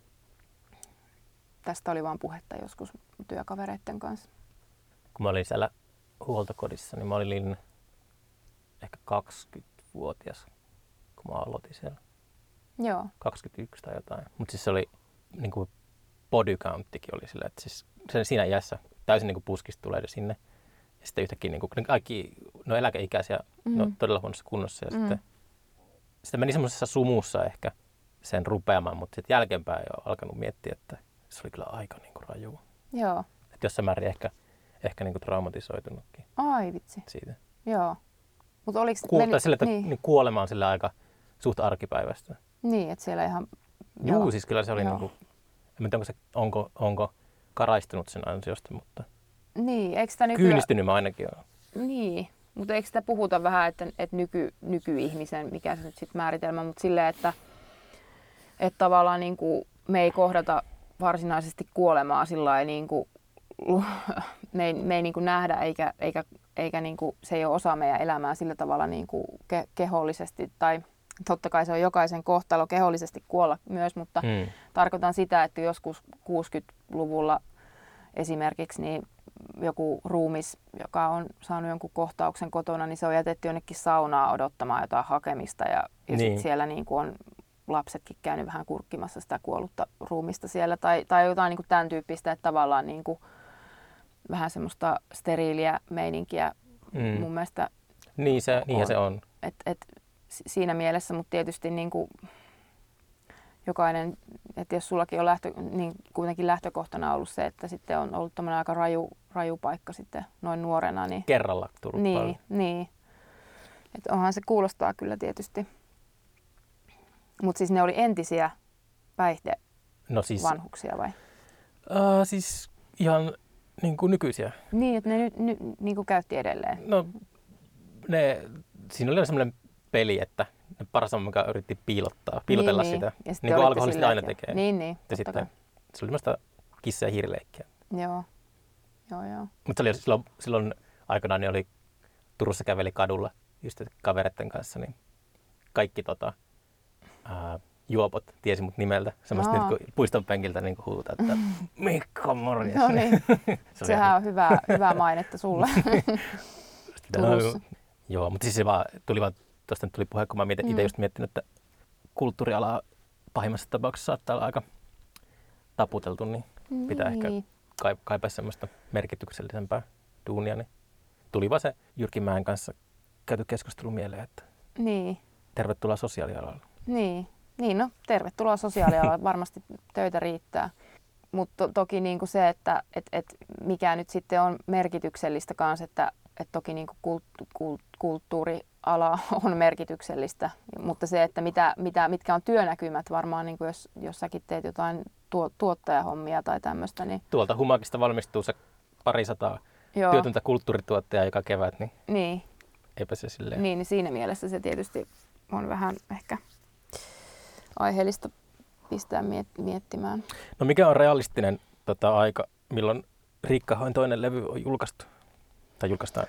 Tästä oli vaan puhetta joskus työkavereiden kanssa. Kun mä olin siellä huoltokodissa, niin mä olin ehkä kaksikymmentävuotias, kun mä aloitin siellä. Joo. kaksikymmentäyksi tai jotain. Mutta siis se oli, niin kuin body counttikin oli sillä, että siis se siinä iässä täysin niin puskista tulee sinne. Ja sitten yhtäkkiä niin kuin, kaikki, no eläkeikäisiä, mm. no todella huonossa kunnossa. Ja mm. sitten, sitten meni semmoisessa sumussa ehkä sen rupeamaan, mutta sitten jälkeenpäin jo alkanut miettiä, että se oli kyllä aika niin kuin raju. Joo. Että jossain määrin ehkä, ehkä niin kuin traumatisoitunutkin. Ai vitsi. Siitä. Joo. Mutta oliko Kuultaa meni... sille, että niin. kuolema on sillä aika suht arkipäivästä. Niin, että siellä ihan... Juu, joo. Siis kyllä se oli niin kuin, en tiedä, onko, se, onko, onko karaistunut sen ansiosta, mutta niin, eikö sitä nykyään... kyynistynyt mä ainakin olen. Niin, mutta eikö sitä puhuta vähän, että, että nyky, nykyihmisen, mikä se nyt sitten määritelmä, mutta silleen, että, että tavallaan niin kuin me ei kohdata varsinaisesti kuolemaa sillä niin kuin, me ei, me ei niin kuin nähdä eikä, eikä, eikä niin kuin, se ei ole osa meidän elämää sillä tavalla niin kuin ke, kehollisesti tai totta kai se on jokaisen kohtalo kehollisesti kuolla myös, mutta hmm. tarkoitan sitä, että joskus kuusikymmentäluvulla esimerkiksi niin joku ruumis, joka on saanut jonkun kohtauksen kotona, niin se on jätetty jonnekin saunaan odottamaan jotain hakemista ja, ja niin. Sit siellä niin kuin on lapsetkin käynyt vähän kurkkimassa sitä kuollutta ruumista siellä tai, tai jotain niin kuin tämän tyyppistä, että tavallaan niin kuin vähän semmoista steriiliä meininkiä mm. mun mielestä niin se, on. Niinhän se on. Et, et, siinä mielessä, mutta tietysti niin kuin jokainen, että jos sullakin on lähtö, niin kuitenkin lähtökohtana ollut se, että sitten on ollut tommoinen aika raju, raju paikka sitten noin nuorena. Niin, kerralla tullut niin, paljon. Niin, että onhan se kuulostaa kyllä tietysti. Mutta siis ne oli entisiä päihdevanhuksia no siis, vai? Uh, siis ihan niin kuin nykyisiä. Niin, että ne nyt ny, niin kuin käytti edelleen. No, ne, siinä oli semmoinen peli, että ne parasta mikä yritti piilottaa, piilotella niin, sitä. Niin, niin kuin alkoholistit aina tekee. Niin, niin. Ja sitten kai. Se oli semmoista kissa- ja hiirileikkiä. Joo, joo, joo. Mutta silloin, silloin aikanaan niin oli Turussa käveli kadulla just kavereiden kanssa, niin kaikki tota, ää, juopot tiesi mut nimeltä. Semmoista no. niin puiston penkiltä niin huutaa, että Mikko, morjes. No niin, se sehän on hyvää, hyvää mainetta sulle Turussa. Joo, mutta siis se vaan tuli vaan, tuosta tuli puhe, kun mä mietin, mm. itse just miettinyt, että kulttuuriala pahimmassa tapauksessa saattaa olla aika taputeltu, niin pitää niin. ehkä kaipaa semmoista merkityksellisempää duunia. Niin tuli vaan se Jyrki Mäen kanssa käyty keskustelu mieleen, että niin. tervetuloa sosiaalialalle. Niin, niin no tervetuloa sosiaalialalle, varmasti töitä riittää. Mutta to, toki niinku se, että et, et mikä nyt sitten on merkityksellistä kanssa, että et toki niinku kult, kult, kulttuuriala on merkityksellistä, mutta se, että mitä, mitä, mitkä on työnäkymät varmaan, niinku jos, jos säkin teet jotain tuo, tuottajahommia tai tämmöistä. Niin tuolta Humakista valmistuu se parisataa Joo. työtöntä kulttuurituottajaa joka kevät, niin, niin. eipä se silleen. Niin, niin siinä mielessä se tietysti on vähän ehkä aiheellista pistää miet- miettimään. No mikä on realistinen tota, aika, milloin Riikkahoin toinen levy on julkaistu? Tai julkaistaan?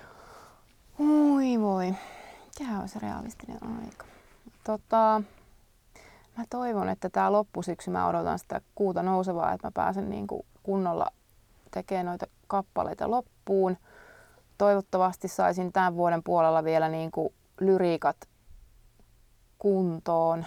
Oi voi, mikä on se realistinen aika? Tota, mä toivon, että tää loppusyksy, mä odotan sitä kuuta nousevaa, että mä pääsen niinku kunnolla tekemään noita kappaleita loppuun. Toivottavasti saisin tämän vuoden puolella vielä niinku lyriikat kuntoon.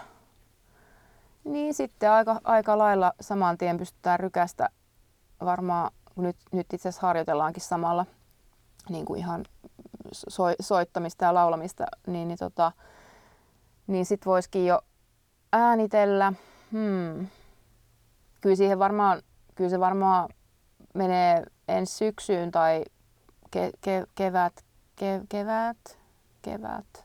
Niin sitten aika, aika lailla saman tien pystytään rykästä varmaan, nyt, nyt itse asiassa harjoitellaankin samalla niin kuin ihan so, soittamista ja laulamista, niin, niin, tota, niin sit voisikin jo äänitellä. Hmm. Kyllä siihen varmaan, kyllä se varmaan menee ensi syksyyn tai ke, ke, kevät, ke, kevät, kevät.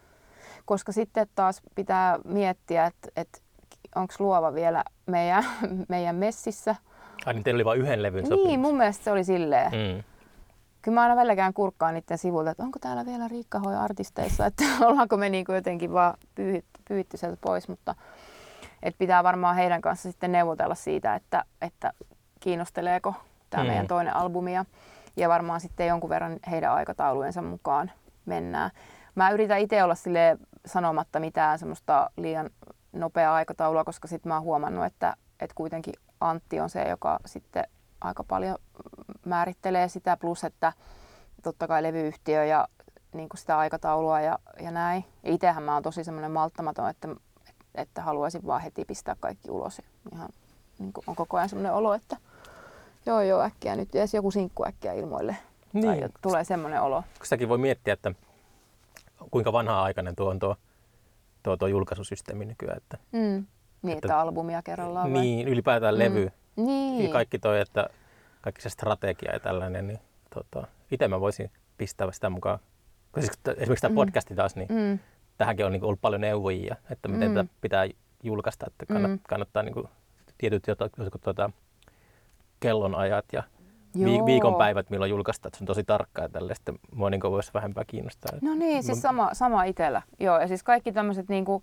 Koska sitten taas pitää miettiä, että, että onko luova vielä meidän, meidän messissä. Ai niin teillä oli vain yhden levyn sopimus? Niin, mun mielestä se oli silleen. Mm. Kyllä mä aina välilläkään kurkkaan niiden sivulta, että onko täällä vielä Riikkahoin artisteissa, että ollaanko me niin kuin jotenkin vaan pyyhitty, pyyhitty sieltä pois, mutta et pitää varmaan heidän kanssa sitten neuvotella siitä, että, että kiinnosteleeko tämä mm. meidän toinen albumi ja, ja varmaan sitten jonkun verran heidän aikataulujensa mukaan mennään. Mä yritän itse olla silleen sanomatta mitään semmoista liian nopeaa aikataulua, koska sitten mä oon huomannut, että, että kuitenkin Antti on se, joka sitten aika paljon määrittelee sitä, plus että totta kai levyyhtiö ja niin kuin sitä aikataulua ja, ja näin. Itsehän mä oon tosi semmoinen malttamaton, että, että haluaisin vaan heti pistää kaikki ulos. Ihan niin kuin on koko ajan semmoinen olo, että joo joo äkkiä nyt edes joku sinkku äkkiä ilmoille. Niin. Tai tulee semmoinen olo. Sitäkin voi miettiä, että kuinka vanha-aikainen tuo on tuo, tuo, tuo julkaisusysteemi nykyään. Että, mm. Niin, että, että albumia kerrallaan vai? Niin, ylipäätään mm. levy. Niin. Ja kaikki toi, että kaikki se strategia ja tällainen, niin tota, itse mä voisin pistää sitä mukaan. Siis, esimerkiksi tämä mm. podcasti taas, niin mm. tähänkin on niin kuin ollut paljon neuvojia, että miten mm. tätä pitää julkaista, että kannattaa, mm. kannattaa niin kuin tietyt tuota, kellonajat ja Joo. viikonpäivät, milloin julkaistaan, että se on tosi tarkkaa ja tälle, sitten mua niin voisi vähempää kiinnostaa. No niin, siis sama, sama itsellä. Joo, ja siis kaikki tämmöiset, niin kuin,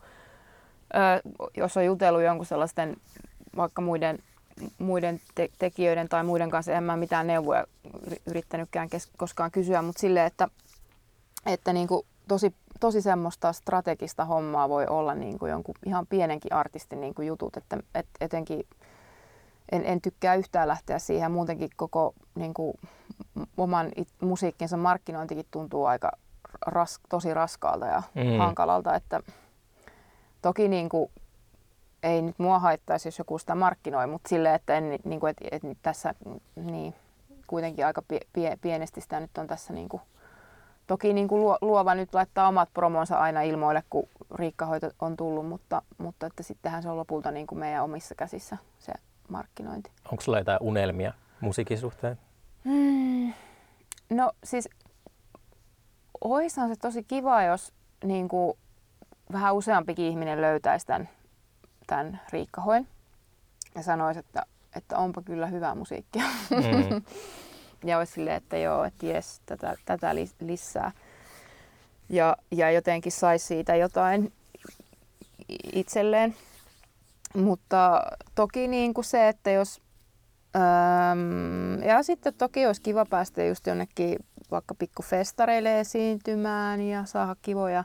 jos on jutellut jonkun sellaisten vaikka muiden, muiden te- tekijöiden tai muiden kanssa, en mä mitään neuvoja yrittänytkään kes- koskaan kysyä, mutta silleen, että, että niin kuin tosi, tosi semmoista strategista hommaa voi olla niin kuin jonkun ihan pienenkin artistin niin kuin jutut, että et, etenkin En, en tykkää yhtään lähteä siihen. Muutenkin koko niin kuin, oman it, musiikkinsa markkinointikin tuntuu aika ras, tosi raskaalta ja mm. hankalalta. Että toki niin kuin, ei nyt mua haittaisi, jos joku sitä markkinoi, mutta silleen, että en, niin kuin, et, et tässä niin, kuitenkin aika pie, pie, pienesti sitä nyt on tässä niin kuin, toki niin kuin luova nyt laittaa omat promonsa aina ilmoille, kun Riikkahoito on tullut, mutta, mutta että sittenhän se on lopulta niin kuin meidän omissa käsissä se markkinointi. Onko sulla jotain unelmia musiikin suhteen? Hmm. No siis oishan se tosi kiva, jos niin kuin, vähän useampikin ihminen löytäisi tämän, tämän Riikkahoin ja sanoisi, että, että onpa kyllä hyvää musiikkia. Mm. Ja olisi silleen, että joo, että jes, tätä, tätä lisää. Ja, ja jotenkin saisi siitä jotain itselleen. Mutta toki niin kuin se, että jos... Öm, ja sitten toki olisi kiva päästä just jonnekin vaikka pikkufestareille esiintymään ja saada kivoja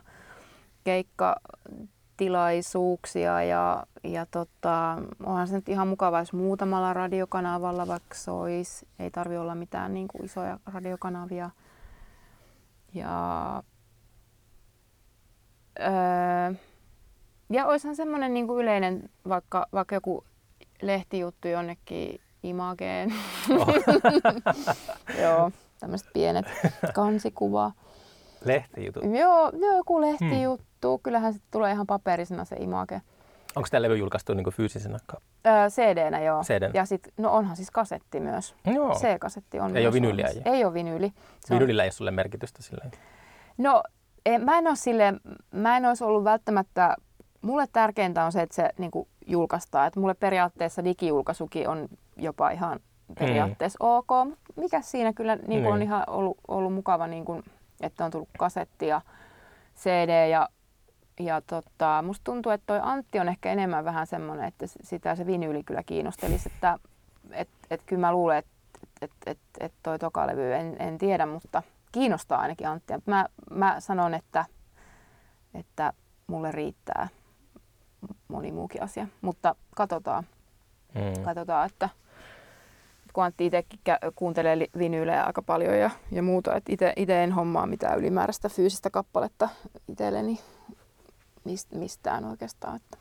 keikkatilaisuuksia. Ja, ja tota, onhan se nyt ihan mukava, jos muutamalla radiokanavalla vaikka sois. Ei tarvitse olla mitään niin kuin isoja radiokanavia. Ja, öö, ja olisihan semmoinen niin kuin yleinen, vaikka, vaikka joku lehtijuttu jonnekin Imageen. Oh. Joo, tämmöiset pienet kansikuva. Lehtijutut? Joo, joo, joku lehtijuttu. Hmm. Kyllähän se tulee ihan paperisena se Image. Onko tämä levy julkaistu niin kuin fyysisenä? Öö, C D-nä joo. C D-nä. Ja sit, no onhan siis kasetti myös. Joo. C-kasetti on. Ei ole vinyyliä? Ei ole vinyyli. Vinyylillä ei ole sulle merkitystä silleen? No, en, mä en ole silleen, mä en olisi ollut välttämättä, mulle tärkeintä on se, että se niin kuin julkaistaan. Että mulle periaatteessa digijulkaisukin on jopa ihan periaatteessa mm. ok. Mikä siinä kyllä niin kuin mm. on ihan ollut, ollut mukava, niin kuin, että on tullut kasetti ja C D. Ja, ja tota, musta tuntuu, että toi Antti on ehkä enemmän vähän semmoinen, että sitä se vinyyli kyllä kiinnostelisi. Että et, et kyllä mä luulen, että et, et, et toi toka levy, en, en tiedä, mutta kiinnostaa ainakin Anttia. Mä, mä sanon, että, että mulle riittää moni muukin asia, mutta katsotaan, mm. katsotaan että kun Antti itsekin kuuntelee vinyylejä aika paljon ja, ja muuta, että itse en hommaa mitään ylimääräistä fyysistä kappaletta itselleni mist, mistään oikeastaan. Että.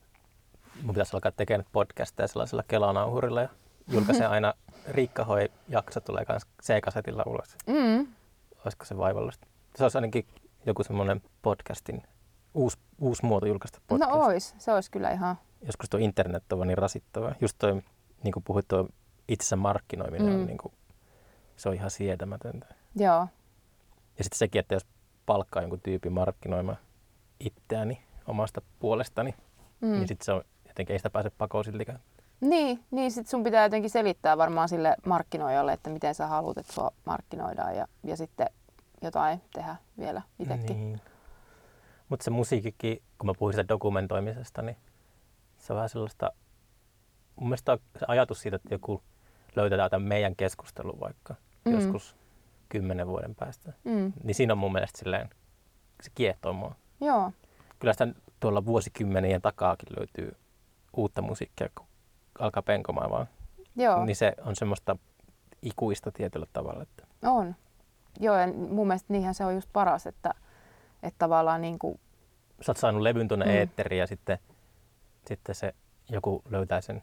Mun pitäisi alkaa tekemään podcasteja sellaisella Kelanauhurilla ja julkaisee aina Riikkahoi-jakso tulee myös C-kasetilla ulos. Mm. Olisiko se vaivallista? Se olisi ainakin joku semmoinen podcastin uusi, uusi muoto julkaista podcast. No ois, se olisi kyllä ihan. Joskus tuo internet on niin rasittavaa. Just toi, niin kuin puhuit, tuo itsensä markkinoiminen mm. on, niin kuin, se on ihan sietämätöntä. Joo. Ja sitten sekin, että jos palkkaa jonkun tyypin markkinoimaan itseäni omasta puolestani, mm. niin sitten se on jotenkin, ei sitä pääse pakoon siltikään. Niin, niin sit sun pitää jotenkin selittää varmaan sille markkinoijalle, että miten sä haluat, että sua markkinoidaan ja, ja sitten jotain tehdä vielä itsekin. Niin. Mutta se musiikkikin, kun mä puhuin sitä dokumentoimisesta, niin se on vähän sellaista, mun mielestä se ajatus siitä, että joku löytää tämän meidän keskustelun vaikka mm. joskus kymmenen vuoden päästä, mm. niin siinä on mun mielestä silleen, se kiehtoo mua. Joo. Kyllä sitä tuolla vuosikymmenien takaakin löytyy uutta musiikkia, kun alkaa penkomaan vaan. Joo. Niin se on semmoista ikuista tietyllä tavalla. Että. On. Joo, ja mun mielestä niinhän se on just paras, että, että tavallaan niin kuin. Sä oot saanut levyn tuonne mm. eetteriin ja sitten, sitten se joku löytää sen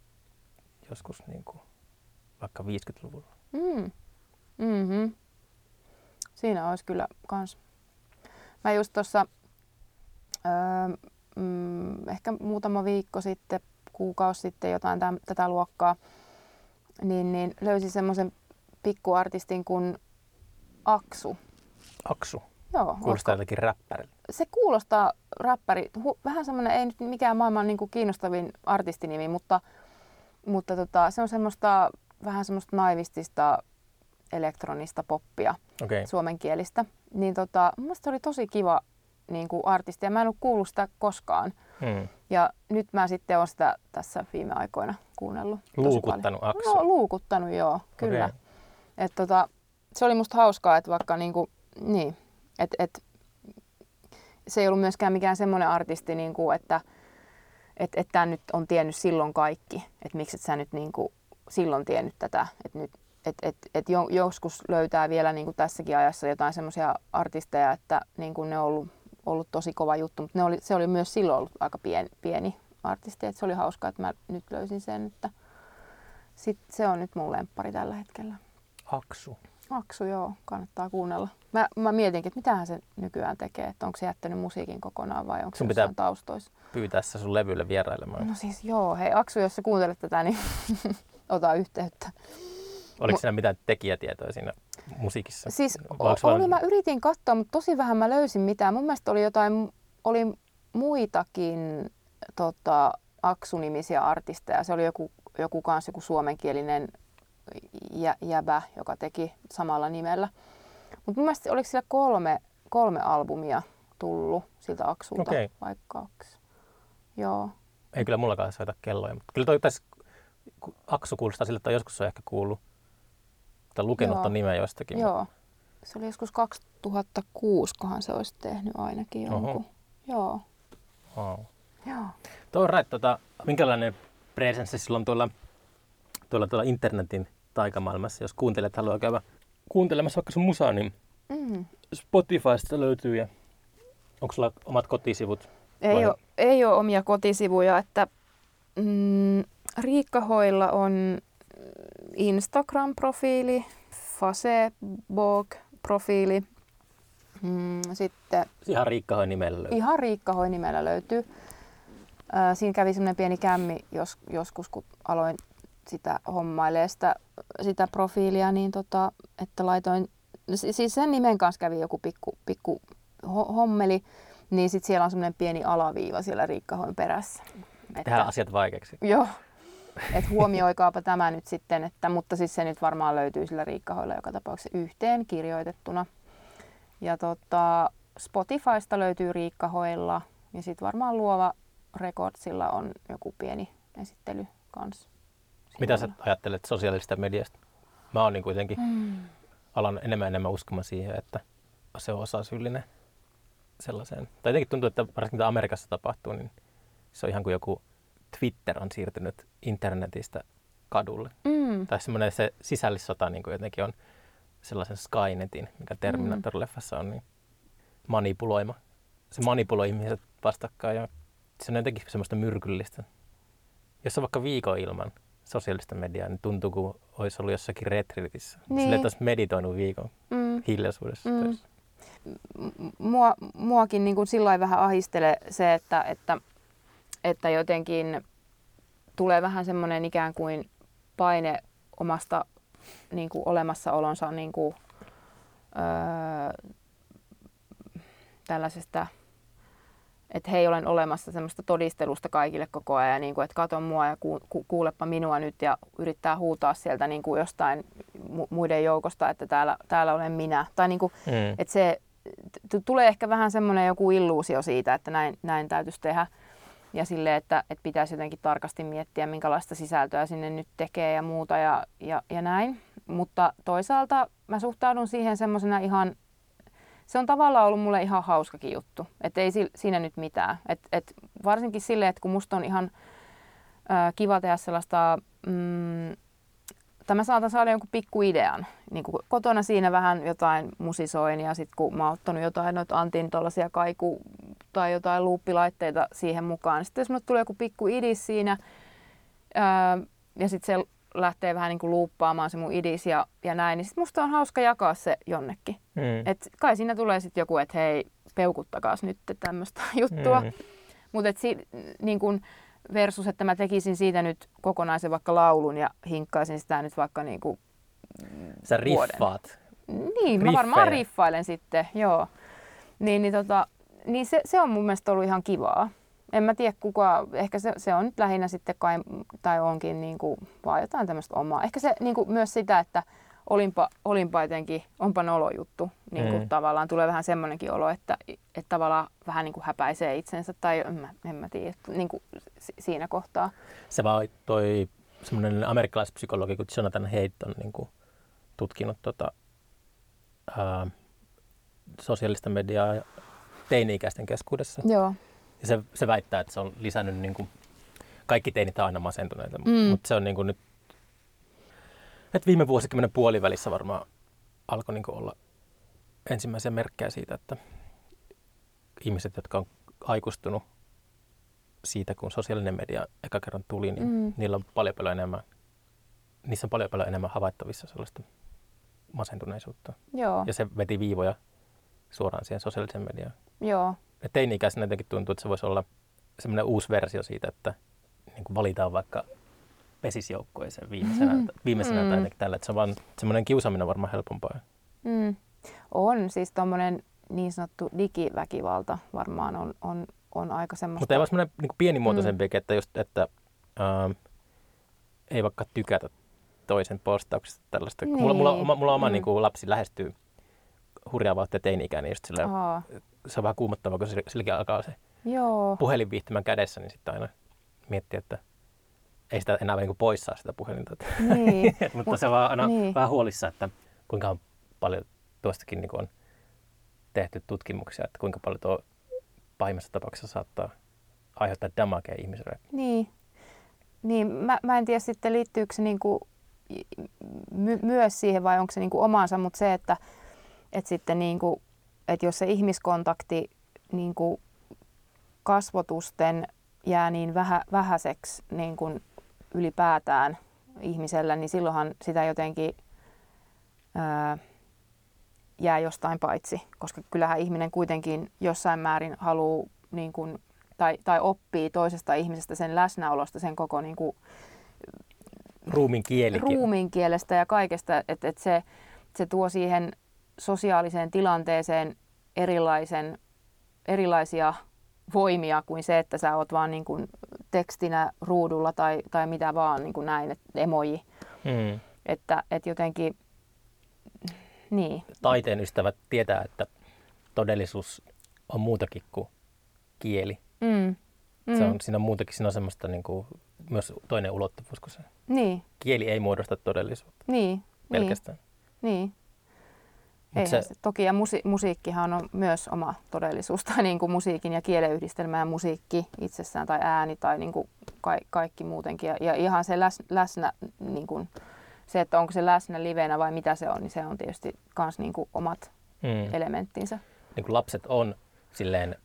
joskus niin kuin vaikka viisikymmentäluvulla. Mm. Mm-hmm. Siinä olisi kyllä kans. Mä just tuossa öö, mm, ehkä muutama viikko sitten, kuukausi sitten jotain täm, tätä luokkaa, niin, niin löysin semmoisen pikkuartistin kuin Aksu. Aksu? Joo. Kuulostaa jotenkin räppärille. Se kuulostaa räppäri. Hu, vähän semmoinen, ei nyt mikään maailman niin kuin kiinnostavin artistinimi, mutta, mutta tota, se on semmoista vähän semmoista naivistista elektronista poppia, okay. suomenkielistä. Niin tota, mun mielestä se oli tosi kiva niin kuin artisti ja mä en ole kuullut sitä koskaan. Hmm. Ja nyt mä sitten olen sitä tässä viime aikoina kuunnellut. Luukuttanut Aksu? No luukuttanut joo, kyllä. Okay. Et tota, se oli musta hauskaa, että vaikka niinku, niin, et, et, se ei ollut myöskään mikään semmoinen artisti, niinku, että et, et tämä nyt on tiennyt silloin kaikki. Että miksi et sä nyt niinku, silloin tiennyt tätä. Että nyt et, et, et jo, joskus löytää vielä niinku tässäkin ajassa jotain semmoisia artisteja, että niinku ne on ollut, ollut tosi kova juttu. Mutta ne oli, se oli myös silloin ollut aika pieni, pieni artisti, että se oli hauskaa, että mä nyt löysin sen, että sit se on nyt mun lemppari tällä hetkellä. Aksu. Aksu, joo, kannattaa kuunnella. Mä, mä mietinkin, että mitähän se nykyään tekee, että onko se jättänyt musiikin kokonaan vai onko se jossain taustoissa. Pyytää se sun levylle vierailemaan. No siis joo, hei Aksu, jos sä kuuntelet tätä, niin ota yhteyttä. Oliko siinä mitään tekijätietoa siinä musiikissa? Siis oli, vaan... mä yritin katsoa, mutta tosi vähän mä löysin mitään. Mun mielestä oli jotain, oli muitakin tota, Aksu-nimisiä artisteja. Se oli joku, joku kans joku suomenkielinen jä, jäbä, joka teki samalla nimellä. Mutta mun mielestä oliko sillä kolme, kolme albumia tullut siltä Aksulta, okay. vai kaksi. Joo. Ei kyllä mullakaan soita kelloja, mutta kyllä toi tässä Aksu kuulostaa sille, että joskus on ehkä kuullut tai lukenut ton nimeä jostakin. Joo. Se oli joskus kaksituhattakuusi, kohan se olisi tehnyt ainakin jonkun. Oho. Joo. Wow. Joo. Tuo right, tota, minkälainen presenssi sulla on tuolla, tuolla, tuolla internetin taikamaailmassa, jos kuuntelet, haluaa käydä kuuntelemassa vaikka sun musaa, niin mm. Spotifysta löytyy ja onko sulla omat kotisivut? Ei ole, ei ole omia kotisivuja, että mm, Riikka Hoilla on Instagram-profiili, Facebook-profiili. Mm, sitten ihan Riikka Hoi nimellä löytyy. Ihan Riikka Hoi nimellä löytyy. Äh, siinä kävi semmoinen pieni kämmi jos, joskus, kun aloin sitä hommailemaan sitä, sitä profiilia, niin tota, että laitoin, siis sen nimen kanssa kävi joku pikku, pikku hommeli, niin sitten siellä on semmoinen pieni alaviiva siellä Riikka Hoin perässä. Tehdään että, asiat vaikeaksi. Joo. Että huomioikaapa tämä nyt sitten, että, mutta siis se nyt varmaan löytyy sillä Riikka Hoilla joka tapauksessa yhteen kirjoitettuna. Ja tota, Spotifysta löytyy Riikka Hoilla ja sitten varmaan Luova Recordsilla on joku pieni esittely kanssa. Mitä sä ajattelet sosiaalisesta mediasta? Mä oon niin kuitenkin hmm. alan enemmän enemmän uskomaan siihen, että se on osasyyllinen sellaiseen. Tai jotenkin tuntuu, että varsinkin mitä Amerikassa tapahtuu, niin se on ihan kuin joku Twitter on siirtynyt internetistä kadulle. Mm. Tai semmoinen se sisällissota niin kuin jotenkin on sellaisen Skynetin, mikä Terminator-leffassa on, niin manipuloima. Se manipuloi ihmiset vastakkain ja se on jotenkin semmoista myrkyllistä. Jos on vaikka viikon ilman sosiaalista mediaa, niin tuntuu kuin olisi ollut jossakin retriitissä. Niin. Silleen, että olisi meditoinut viikon mm. hiljaisuudessa. Mm. Mua, muakin niin kuin sillain vähän ahistelee se, että, että, että jotenkin tulee vähän semmoinen ikään kuin paine omasta niin kuin olemassaolonsa niin kuin, öö, tällaisesta, että hei, olen olemassa semmoista todistelusta kaikille koko ajan, ja niin kuin, että kato mua ja ku, ku, kuulepa minua nyt ja yrittää huutaa sieltä niin kuin jostain mu- muiden joukosta, että täällä, täällä olen minä. Tai niin kuin, mm. että se t- tulee ehkä vähän semmoinen joku illuusio siitä, että näin, näin täytyisi tehdä. Ja sille, että, että pitäisi jotenkin tarkasti miettiä, minkälaista sisältöä sinne nyt tekee ja muuta ja, ja, ja näin. Mutta toisaalta mä suhtaudun siihen semmoisena ihan, se on tavallaan ollut mulle ihan hauskakin juttu. Että ei siinä nyt mitään. Et, et varsinkin silleen, että kun musta on ihan ää, kiva tehdä sellaista, mm, tai mä saatan saada jonkun pikkuidean. Niin kuin kotona siinä vähän jotain musisoin ja sitten kun mä oon ottanut jotain noita Antin tollaisia kaiku- tai jotain luuppilaitteita siihen mukaan. Sitten jos mulle tulee joku pikku idis siinä ää, ja sitten se lähtee vähän niin kuin luuppaamaan se mun idis ja, ja näin, niin sitten musta on hauska jakaa se jonnekin. Mm. Et kai siinä tulee sitten joku, että hei, peukuttakaas nyt tämmöistä juttua. Mm. Mutta si, niin kun versus, että mä tekisin siitä nyt kokonaisen vaikka laulun ja hinkkaisin sitä nyt vaikka niin kuin sä riffaat. Niin, mä varmaan riffailen sitten, joo. Niin, niin, tota, niin se, se on mun mielestä ollut ihan kivaa. En mä tiedä kuka, ehkä se, se on nyt lähinnä sitten kai, tai onkin niin kuin vaan jotain tämmöistä omaa. Ehkä se niin kuin myös sitä, että olinpa, olinpa jotenkin, onpa nolo juttu. Niin kuin mm. tavallaan tulee vähän semmoinenkin olo, että, että tavallaan vähän niin kuin häpäisee itsensä tai en mä, en mä tiedä, niin kuin siinä kohtaa. Se vaan toi semmoinen amerikkalaispsykologi kuin Jonathan Haidt on niin kuin tutkinut tota, ää, sosiaalista mediaa teini-ikäisten keskuudessa. Joo. Ja se, se väittää, että se on lisännyt, niin kuin, kaikki teinit on aina masentuneita, mm. mutta se on niin kuin nyt, että viime vuosikymmenen puolivälissä varmaan alkoi niin kuin olla ensimmäisiä merkkejä siitä, että ihmiset, jotka on aikuistunut siitä, kun sosiaalinen media eka kerran tuli, niin Mm. niillä on paljon paljon enemmän, niissä on paljon paljon enemmän havaittavissa sellaista masentuneisuutta. Joo, Ja se veti viivoja suoraan siihen sosiaaliseen mediaan. joo. Ja teini-ikäisenä jotenkin tuntuu, että se voisi olla semmoinen uusi versio siitä, että niin kuin valitaan vaikka pesisjoukkueeseen viimeisenä, Mm. viimeisenä Mm. tai jotenkin tällä. Että se on vaan semmoinen kiusaaminen on varmaan helpompaa. Mm. On, siis tommonen niin sanottu digiväkivalta varmaan on, on, on aika semmoista. Mutta ei vaan semmoinen niin pienimuotoisempi, Mm. että, just, että ää, ei vaikka tykätä toisen postauksesta tällaista. Niin. Mulla, mulla, mulla, mulla oma Mm. niin kuin lapsi lähestyy hurjaa vauhtia teini-ikäinen, just silleen, Aa, se on vähän kuumottavaa, kun silläkin alkaa se joo. puhelin viihtymään kädessä, niin sitten aina miettii, että ei sitä enää niin kuin pois saa sitä puhelinta. Niin. Mutta Mut- se vaan aina niin. vähän huolissa, että kuinka paljon tuostakin niin kuin on tehty tutkimuksia, että kuinka paljon tuo pahimmassa tapauksessa saattaa aiheuttaa damagea ihmiselle. Niin. Niin, mä, mä en tiedä sitten liittyykö se niinku my, myös siihen vai onko se niinku omaansa, mutta se, että et sitten niinku, et jos se ihmiskontakti niinku kasvotusten jää niin vähä, vähäiseksi niinku ylipäätään ihmisellä, niin silloinhan sitä jotenkin ää, jää jostain paitsi, koska kyllähän ihminen kuitenkin jossain määrin haluaa niin kuin, tai, tai oppii toisesta ihmisestä sen läsnäolosta, sen koko niin kuin, Ruumiin kielikin. ruumiin kielestä ja kaikesta, että et se, se tuo siihen sosiaaliseen tilanteeseen erilaisen, erilaisia voimia kuin se, että sä oot vaan niin kuin tekstinä ruudulla tai, tai mitä vaan niin kuin näin, että emoji. Mm. Että et jotenkin, niin. Taiteen ystävät tietää, että todellisuus on muutakin kuin kieli. Mm. Mm. Se on, siinä on muutakin, siinä on semmoista niin kuin, myös toinen ulottuvuus, kun se Niin, kieli ei muodosta todellisuutta niin, pelkästään. niin. niin. Mut Eihän se, se, toki ja musi, musiikkihan on myös oma todellisuus, tai niin kuin musiikin ja kielen yhdistelmä ja musiikki itsessään tai ääni tai niin kuin ka, kaikki muutenkin. Ja, ja ihan se läs, läsnä, niin kuin, se, että onko se läsnä livenä vai mitä se on, niin se on tietysti myös niin kuin omat mm, elementtinsä. niin kuin lapset on silleen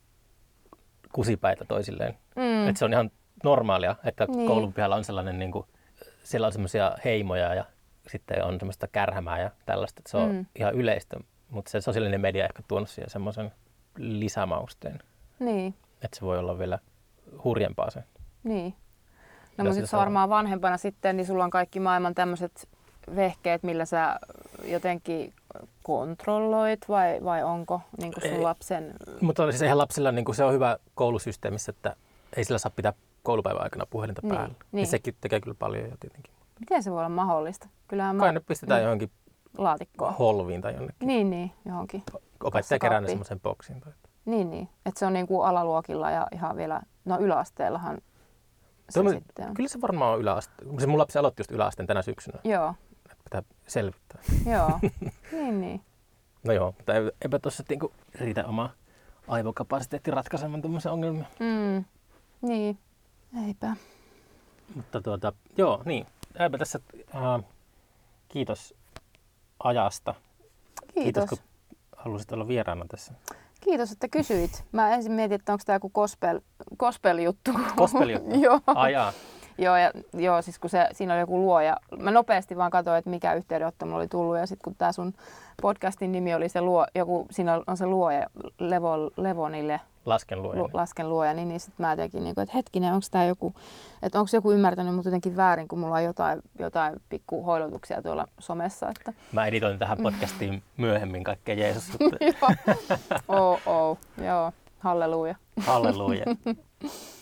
kusipäitä toisilleen. Mm. Että se on ihan normaalia, että Niin. koulun pihalla on sellainen, niin kuin, siellä on semmoisia heimoja ja sitten on semmoista kärhämää ja tällaista. Että se on Mm. ihan yleistä, mutta se sosiaalinen media on ehkä tuonut siihen semmoisen lisämausteen. Niin, Että se voi olla vielä hurjempaa se. niin. Mitä No mutta siitä sitten varmaan vanhempana sitten, niin sulla on kaikki maailman tämmöiset vehkeet, millä sä jotenkin kontrolloit vai, vai onko niin kuin sun Ei. lapsen... Mutta siis eihän lapsilla, niin kuin se on hyvä koulusysteemissä, että ei sillä saa pitää koulupäivän aikana puhelinta Niin, päällä. niin. Ja sekin tekee kyllä paljon jo tietenkin. Miten se voi olla mahdollista? Kyllähän Kai mä... ne pistetään Mm. johonkin laatikkoon. holviin tai jonnekin. Niin, niin, johonkin. Opettaja kerää ne kaappiin. semmoisen boksiin. Tai... Niin, niin. Että se on niin kuin alaluokilla ja ihan vielä, no yläasteellahan se Tuo- sitten on. Kyllä se varmaan on yläaste. Se mun lapsi aloitti just yläasteen tänä syksynä. Joo, Että pitää selvittää. joo. niin, niin. No joo, mutta ei- eipä tuossa niinku riitä oma aivokapasiteetti ratkaisemaan tuommoisia ongelmia. Mm. Niin, eipä. Mutta tuota, joo, niin. Eipä tässä, äh, kiitos ajasta. Kiitos. kun halusit olla vieraana tässä. Kiitos, että kysyit. Mä ensin mietin, että onko tämä joku gospel, gospel-juttu. Gospel-juttu? Joo. Ai jaa. Joo, ja, joo, siis kun se, siinä oli joku luoja. Mä nopeasti vaan katsoin, että mikä yhteydenotto mulla oli tullut. Ja sitten kun tämä sun podcastin nimi oli se luo, joku, siinä on se luoja, Levo, Levonille Lasken luojan. lu, lasken luoja, niin, niin sitten mä tekin, niin kuin, että hetkinen, onko tämä joku, että onko joku ymmärtänyt mut jotenkin väärin, kun mulla on jotain, jotain pikku hoilotuksia tuolla somessa. Että... Mä editoin tähän podcastiin myöhemmin kaikkea Jeesus-juttuja. joo, oh, oh, joo, halleluja. Halleluja.